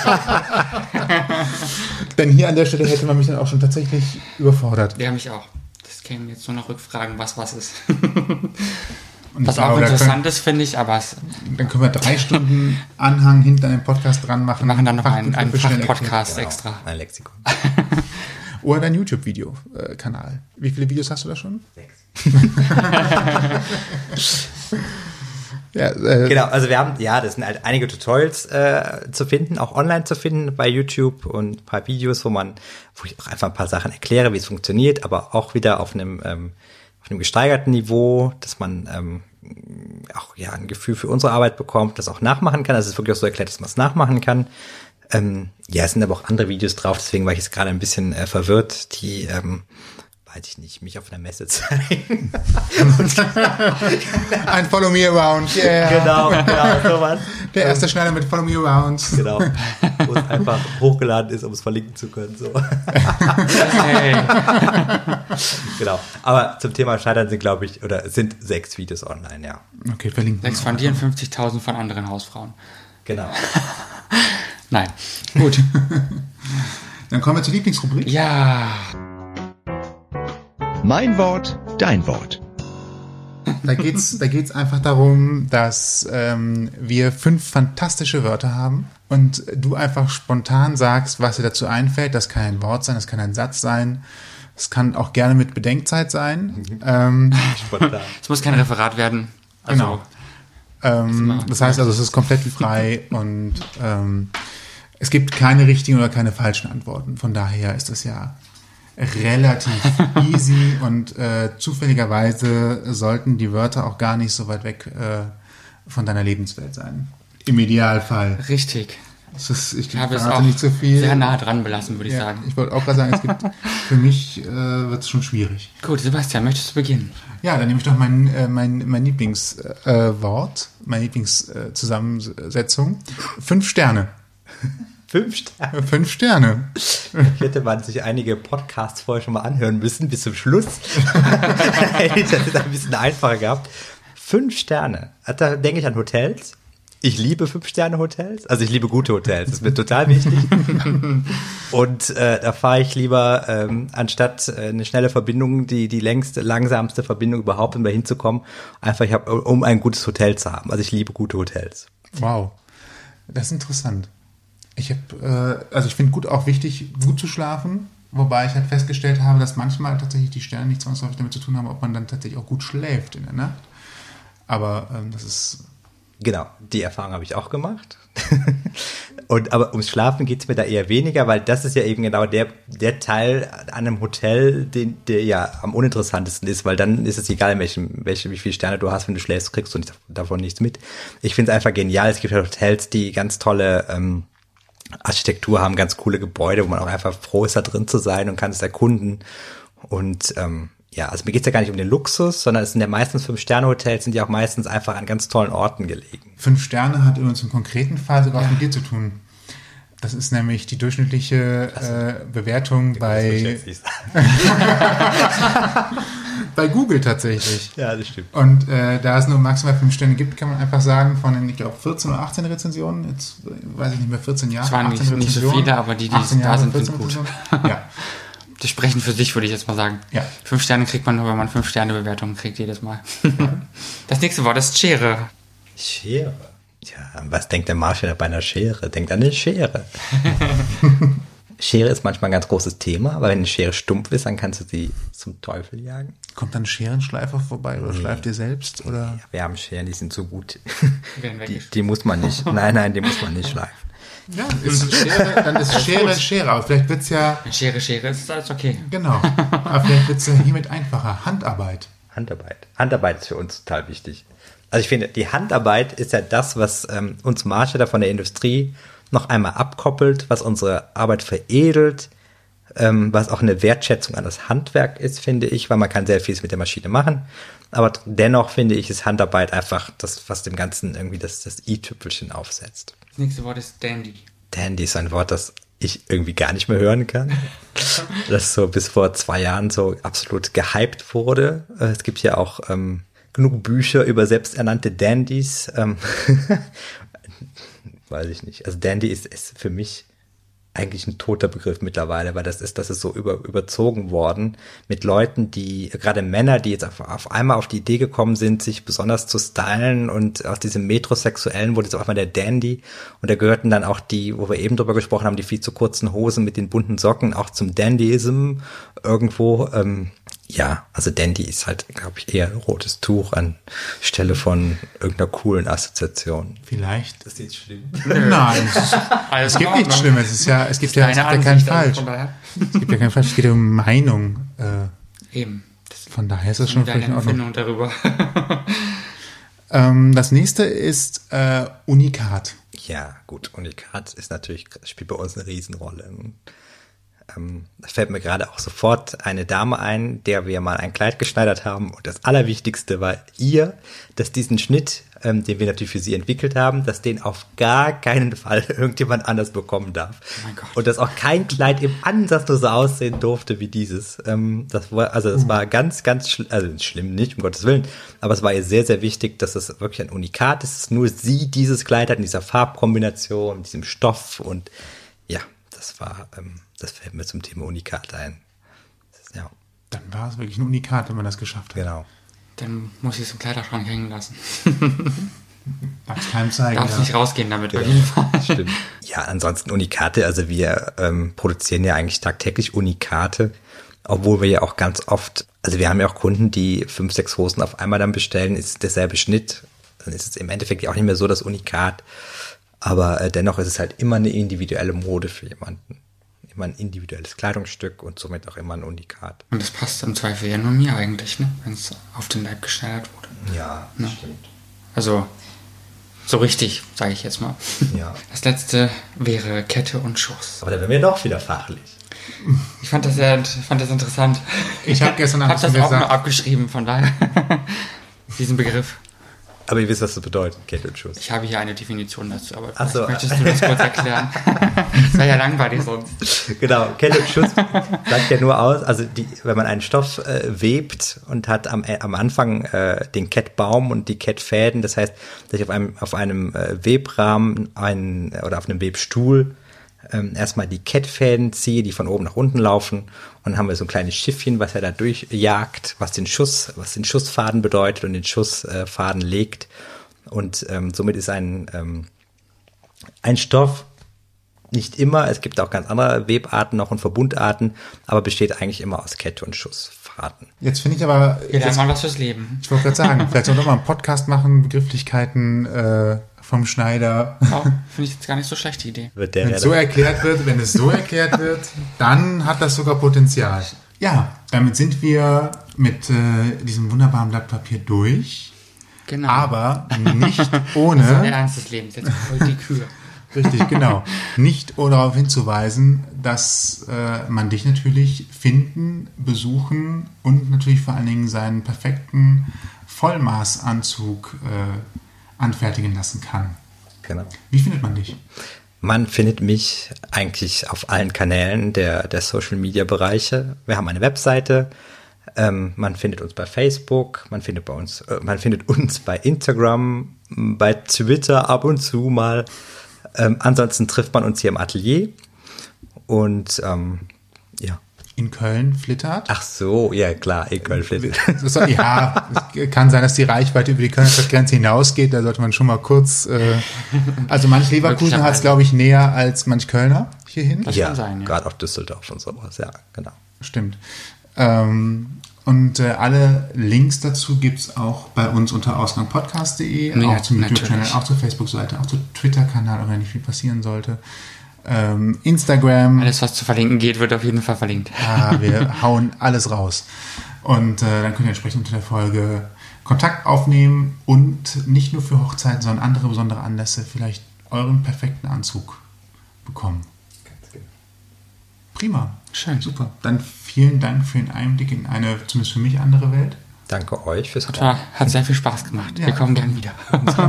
Denn hier an der Stelle hätte man mich dann auch schon tatsächlich überfordert. Ja, mich auch. Das kämen jetzt nur noch Rückfragen, was was ist. Und Was ich auch glaube, da interessant können, ist, finde ich, aber es, dann können wir drei Stunden Anhang hinter dem Podcast dran machen. wir machen dann noch einen, einen Fachbegriffe schnell Fachpodcast Genau, extra. ein Lexikon. erklären. Oder dein YouTube-Video-Kanal. Wie viele Videos hast du da schon? Sechs. Ja, äh, Genau, also wir haben, ja, das sind halt einige Tutorials äh, zu finden, auch online zu finden bei YouTube und ein paar Videos, wo man, wo ich auch einfach ein paar Sachen erkläre, wie es funktioniert, aber auch wieder auf einem, ähm, auf einem gesteigerten Niveau, dass man ähm, auch ja ein Gefühl für unsere Arbeit bekommt, das auch nachmachen kann. Also es ist wirklich auch so erklärt, dass man es nachmachen kann. Ähm, ja, es sind aber auch andere Videos drauf, deswegen war ich jetzt gerade ein bisschen äh, verwirrt, die, ähm, weiß ich nicht, mich auf einer Messe zeigen. ein Follow Me Around. Yeah. Genau, genau, sowas. Der erste Schneider mit Follow Me Around. Genau, wo es einfach hochgeladen ist, um es verlinken zu können. So. Hey. Genau, aber zum Thema Scheitern sind, glaube ich, oder sind sechs Videos online, ja. Okay, verlinken. Sechs von dir und fünfzigtausend von anderen Hausfrauen. Genau. Nein. Gut. Dann kommen wir zur Lieblingsrubrik. Ja. Mein Wort, dein Wort. Da geht's, da geht's einfach darum, dass ähm, wir fünf fantastische Wörter haben und du einfach spontan sagst, was dir dazu einfällt. Das kann ein Wort sein, das kann ein Satz sein. Es kann auch gerne mit Bedenkzeit sein. Mhm. Ähm, Spontan. Es muss kein Referat werden. Also, Genau. ähm, das heißt also, es ist komplett frei und ähm, es gibt keine richtigen oder keine falschen Antworten. Von daher ist das ja relativ easy und äh, zufälligerweise sollten die Wörter auch gar nicht so weit weg äh, von deiner Lebenswelt sein. Im Idealfall. richtig. Das ist, ich Ich habe es verrate auch nicht so viel. sehr nah dran belassen, würde ich Ja, sagen. ich wollte auch gerade sagen, es gibt, für mich äh, wird es schon schwierig. Gut, Sebastian, möchtest du beginnen? Ja, dann nehme ich doch mein, äh, mein, mein Lieblingswort, äh, Wort, meine Lieblingszusammensetzung. Fünf Sterne. Fünf Sterne. Fünf Sterne. Hätte man sich einige Podcasts vorher schon mal anhören müssen, bis zum Schluss. Hätte ich das ein bisschen einfacher gehabt. Fünf Sterne. Da denke ich an Hotels. Ich liebe Fünf-Sterne-Hotels. Also ich liebe gute Hotels. Das ist mir total wichtig. Und äh, da fahre ich lieber, ähm, anstatt äh, eine schnelle Verbindung, die die längste, langsamste Verbindung überhaupt, um da hinzukommen, einfach, ich hab, um ein gutes Hotel zu haben. Also ich liebe gute Hotels. Wow. Das ist interessant. Ich habe, äh, also ich finde gut auch wichtig, gut zu schlafen. Wobei ich halt festgestellt habe, dass manchmal tatsächlich die Sterne nicht zwangsläufig damit zu tun haben, ob man dann tatsächlich auch gut schläft in der Nacht. Aber ähm, das ist... Genau, die Erfahrung habe ich auch gemacht. Und aber ums Schlafen geht's mir da eher weniger, weil das ist ja eben genau der, der Teil an einem Hotel, den, der ja am uninteressantesten ist, weil dann ist es egal, in welchem, welche, wie viele Sterne du hast, wenn du schläfst, kriegst du nicht, davon nichts mit. Ich finde es einfach genial. Es gibt ja Hotels, die ganz tolle ähm, Architektur haben, ganz coole Gebäude, wo man auch einfach froh ist, da drin zu sein und kann es erkunden. Und ähm, ja, also mir geht's ja gar nicht um den Luxus, sondern es sind ja meistens Fünf-Sterne-Hotels, sind ja auch meistens einfach an ganz tollen Orten gelegen. Fünf Sterne hat übrigens im konkreten Fall sogar was mit dir zu tun. Das ist nämlich die durchschnittliche äh, Bewertung bei, bei Google tatsächlich. Ja, das stimmt. Und äh, da es nur maximal fünf Sterne gibt, kann man einfach sagen, von den, ich glaube, vierzehn oder achtzehn Rezensionen, jetzt weiß ich nicht mehr, vierzehn Jahre. Es waren nicht, nicht so viele, aber die, die da sind, sind gut. Ja. Die sprechen für sich, würde ich jetzt mal sagen. Ja. Fünf Sterne kriegt man nur, wenn man fünf Sterne Bewertungen kriegt jedes Mal. Das nächste Wort ist Schere. Schere. Ja, was denkt der Marshall bei einer Schere? Denkt an eine Schere. Schere ist manchmal ein ganz großes Thema, aber wenn eine Schere stumpf ist, dann kannst du sie zum Teufel jagen. Kommt dann ein Scherenschleifer vorbei oder nee. Schleift ihr selbst? Oder? Ja, wir haben Scheren, die sind so gut. Die, die, die muss man nicht. Nein, nein, die muss man nicht schleifen. Ja, ist Schere, dann ist Schere Schere, aber vielleicht wird es ja... Wenn Schere Schere ist, ist alles okay. Genau, aber vielleicht wird es ja hiermit einfacher. Handarbeit. Handarbeit. Handarbeit ist für uns total wichtig. Also ich finde, die Handarbeit ist ja das, was ähm, uns Marketer von der Industrie noch einmal abkoppelt, was unsere Arbeit veredelt, ähm, was auch eine Wertschätzung an das Handwerk ist, finde ich, weil man kann sehr vieles mit der Maschine machen. Aber dennoch finde ich, ist Handarbeit einfach das, was dem Ganzen irgendwie das, das i-Tüpfelchen aufsetzt. Das nächste Wort ist Dandy. Dandy ist ein Wort, das ich irgendwie gar nicht mehr hören kann. Das so bis vor zwei Jahren so absolut gehypt wurde. Es gibt ja auch ähm, genug Bücher über selbsternannte Dandys. Ähm Weiß ich nicht. Also Dandy ist, ist für mich eigentlich ein toter Begriff mittlerweile, weil das ist, das ist so über, überzogen worden mit Leuten, die, gerade Männer, die jetzt auf, auf einmal auf die Idee gekommen sind, sich besonders zu stylen, und aus diesem Metrosexuellen wurde jetzt auf einmal der Dandy, und da gehörten dann auch die, wo wir eben drüber gesprochen haben, die viel zu kurzen Hosen mit den bunten Socken auch zum Dandyism irgendwo. Ähm, ja, also Dandy ist halt, glaube ich, eher ein rotes Tuch anstelle von irgendeiner coolen Assoziation. Vielleicht. Das ist jetzt schlimm. Nein, es, ist, es gibt nichts Schlimmes. Es ist ja, es gibt ja, es gibt ja keinen Falsch. Es gibt ja keinen Falsch. Es geht um Meinung. Äh, Eben. Das von daher ist es schon völlig in Ordnung. Darüber. ähm, das nächste ist äh, Unikat. Ja, gut. Unikat ist natürlich, spielt bei uns eine Riesenrolle. Ähm, da fällt mir gerade auch sofort eine Dame ein, der wir mal ein Kleid geschneidert haben, und das Allerwichtigste war ihr, dass diesen Schnitt, ähm, den wir natürlich für sie entwickelt haben, dass den auf gar keinen Fall irgendjemand anders bekommen darf. Oh mein Gott. Und dass auch kein Kleid im Ansatz nur so aussehen durfte wie dieses. Ähm, das war, also das war ganz, ganz schlimm, also schlimm nicht, um Gottes Willen, aber es war ihr sehr, sehr wichtig, dass es wirklich ein Unikat ist, dass nur sie dieses Kleid hat in dieser Farbkombination, mit diesem Stoff, und ja, das war, ähm, das fällt mir zum Thema Unikat ein. Ist, ja. Dann war es wirklich ein Unikat, wenn man das geschafft hat. Genau. Dann muss ich es im Kleiderschrank hängen lassen. Darfst keinem zeigen. Darfst ja. nicht rausgehen damit. Ja, stimmt. Ja, ansonsten Unikate, also wir ähm, produzieren ja eigentlich tagtäglich Unikate, obwohl wir ja auch ganz oft, also wir haben ja auch Kunden, die fünf, sechs Hosen auf einmal dann bestellen, ist derselbe Schnitt, dann ist es im Endeffekt ja auch nicht mehr so das Unikat, aber äh, dennoch ist es halt immer eine individuelle Mode für jemanden. Immer ein individuelles Kleidungsstück und somit auch immer ein Unikat. Und das passt im Zweifel ja nur mir eigentlich, ne? Wenn es auf den Leib geschneidert wurde. Ja, ne? Stimmt. Also, So richtig, sage ich jetzt mal. Ja. Das letzte wäre Kette und Schuss. Aber da wären wir doch wieder fachlich. Ich fand das sehr, fand das interessant. Ich habe gestern Ich Abend habe das schon auch nur gesagt, abgeschrieben, von daher. Diesen Begriff. Aber ihr wisst, was das bedeutet, Kette und Schuss. Ich habe hier eine Definition dazu, aber Ach so. möchtest du das kurz erklären? Das wäre ja langweilig sonst. Genau, Kette und Schuss sagt ja nur aus, also die, wenn man einen Stoff äh, webt und hat am, äh, am Anfang äh, den Kettbaum und die Kettfäden, das heißt, dass ich auf einem, auf einem äh, Webrahmen einen, oder auf einem Webstuhl ähm, erstmal die Kettfäden ziehe, die von oben nach unten laufen, und dann haben wir so ein kleines Schiffchen, was er da durchjagt, was den Schuss, was den Schussfaden bedeutet und den Schussfaden äh, legt. Und ähm, somit ist ein, ähm, ein Stoff nicht immer, es gibt auch ganz andere Webarten noch und Verbundarten, aber besteht eigentlich immer aus Kette und Schussfaden. jetzt finde ich aber, Wir lernen jetzt, mal was fürs Leben. ich wollte gerade sagen, vielleicht sollen wir mal einen Podcast machen, Begrifflichkeiten äh, vom Schneider. Ja, finde ich jetzt gar nicht so schlechte Idee. Wird der Wenn es so erklärt wird, wenn es so erklärt wird, dann hat das sogar Potenzial. Ja, damit sind wir mit äh, diesem wunderbaren Blatt Papier durch, Genau. aber nicht Das ist der ohne, Ernst des Lebens. Jetzt voll die Kühe. richtig, genau, nicht ohne darauf hinzuweisen, dass äh, man dich natürlich finden, besuchen und natürlich vor allen Dingen seinen perfekten Vollmaßanzug äh, anfertigen lassen kann. Genau. Wie findet man dich? Man findet mich eigentlich auf allen Kanälen der, der Social-Media-Bereiche. Wir haben eine Webseite, ähm, man findet uns bei Facebook, man findet bei uns, äh, man findet uns bei Instagram, bei Twitter ab und zu mal. Ähm, ansonsten trifft man uns hier im Atelier und ähm, ja. In Köln, Flittert? Ach so, ja klar, Ekelflit. Das soll, ja, es kann sein, dass die Reichweite über die Kölner Stadtgrenze hinausgeht. Da sollte man schon mal kurz. Äh, also manch Leverkusen hat es, glaube ich, näher als manch Kölner hierhin. Das Ja, kann sein, ja. gerade auch Düsseldorf und sowas, ja, genau. Stimmt. Ähm, und äh, alle Links dazu gibt es auch bei uns unter ausgangpodcast punkt de, Ja, auch zum YouTube-Channel, natürlich. auch zur Facebook-Seite, auch zum Twitter-Kanal, auch wenn nicht viel passieren sollte. Ähm, Instagram. Alles, was zu verlinken geht, wird auf jeden Fall verlinkt. Ja, wir hauen alles raus. Und äh, dann könnt ihr entsprechend unter der Folge Kontakt aufnehmen und nicht nur für Hochzeiten, sondern andere besondere Anlässe vielleicht euren perfekten Anzug bekommen. Prima. Schön. Super. Dann vielen Dank für den Einblick in eine, zumindest für mich, andere Welt. Danke euch fürs Hat, Kommen. hat sehr viel Spaß gemacht. Ja. Wir kommen gern wieder.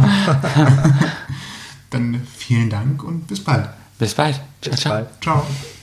Dann vielen Dank und bis bald. Bis bald. Ciao, Bis ciao. bald. Ciao.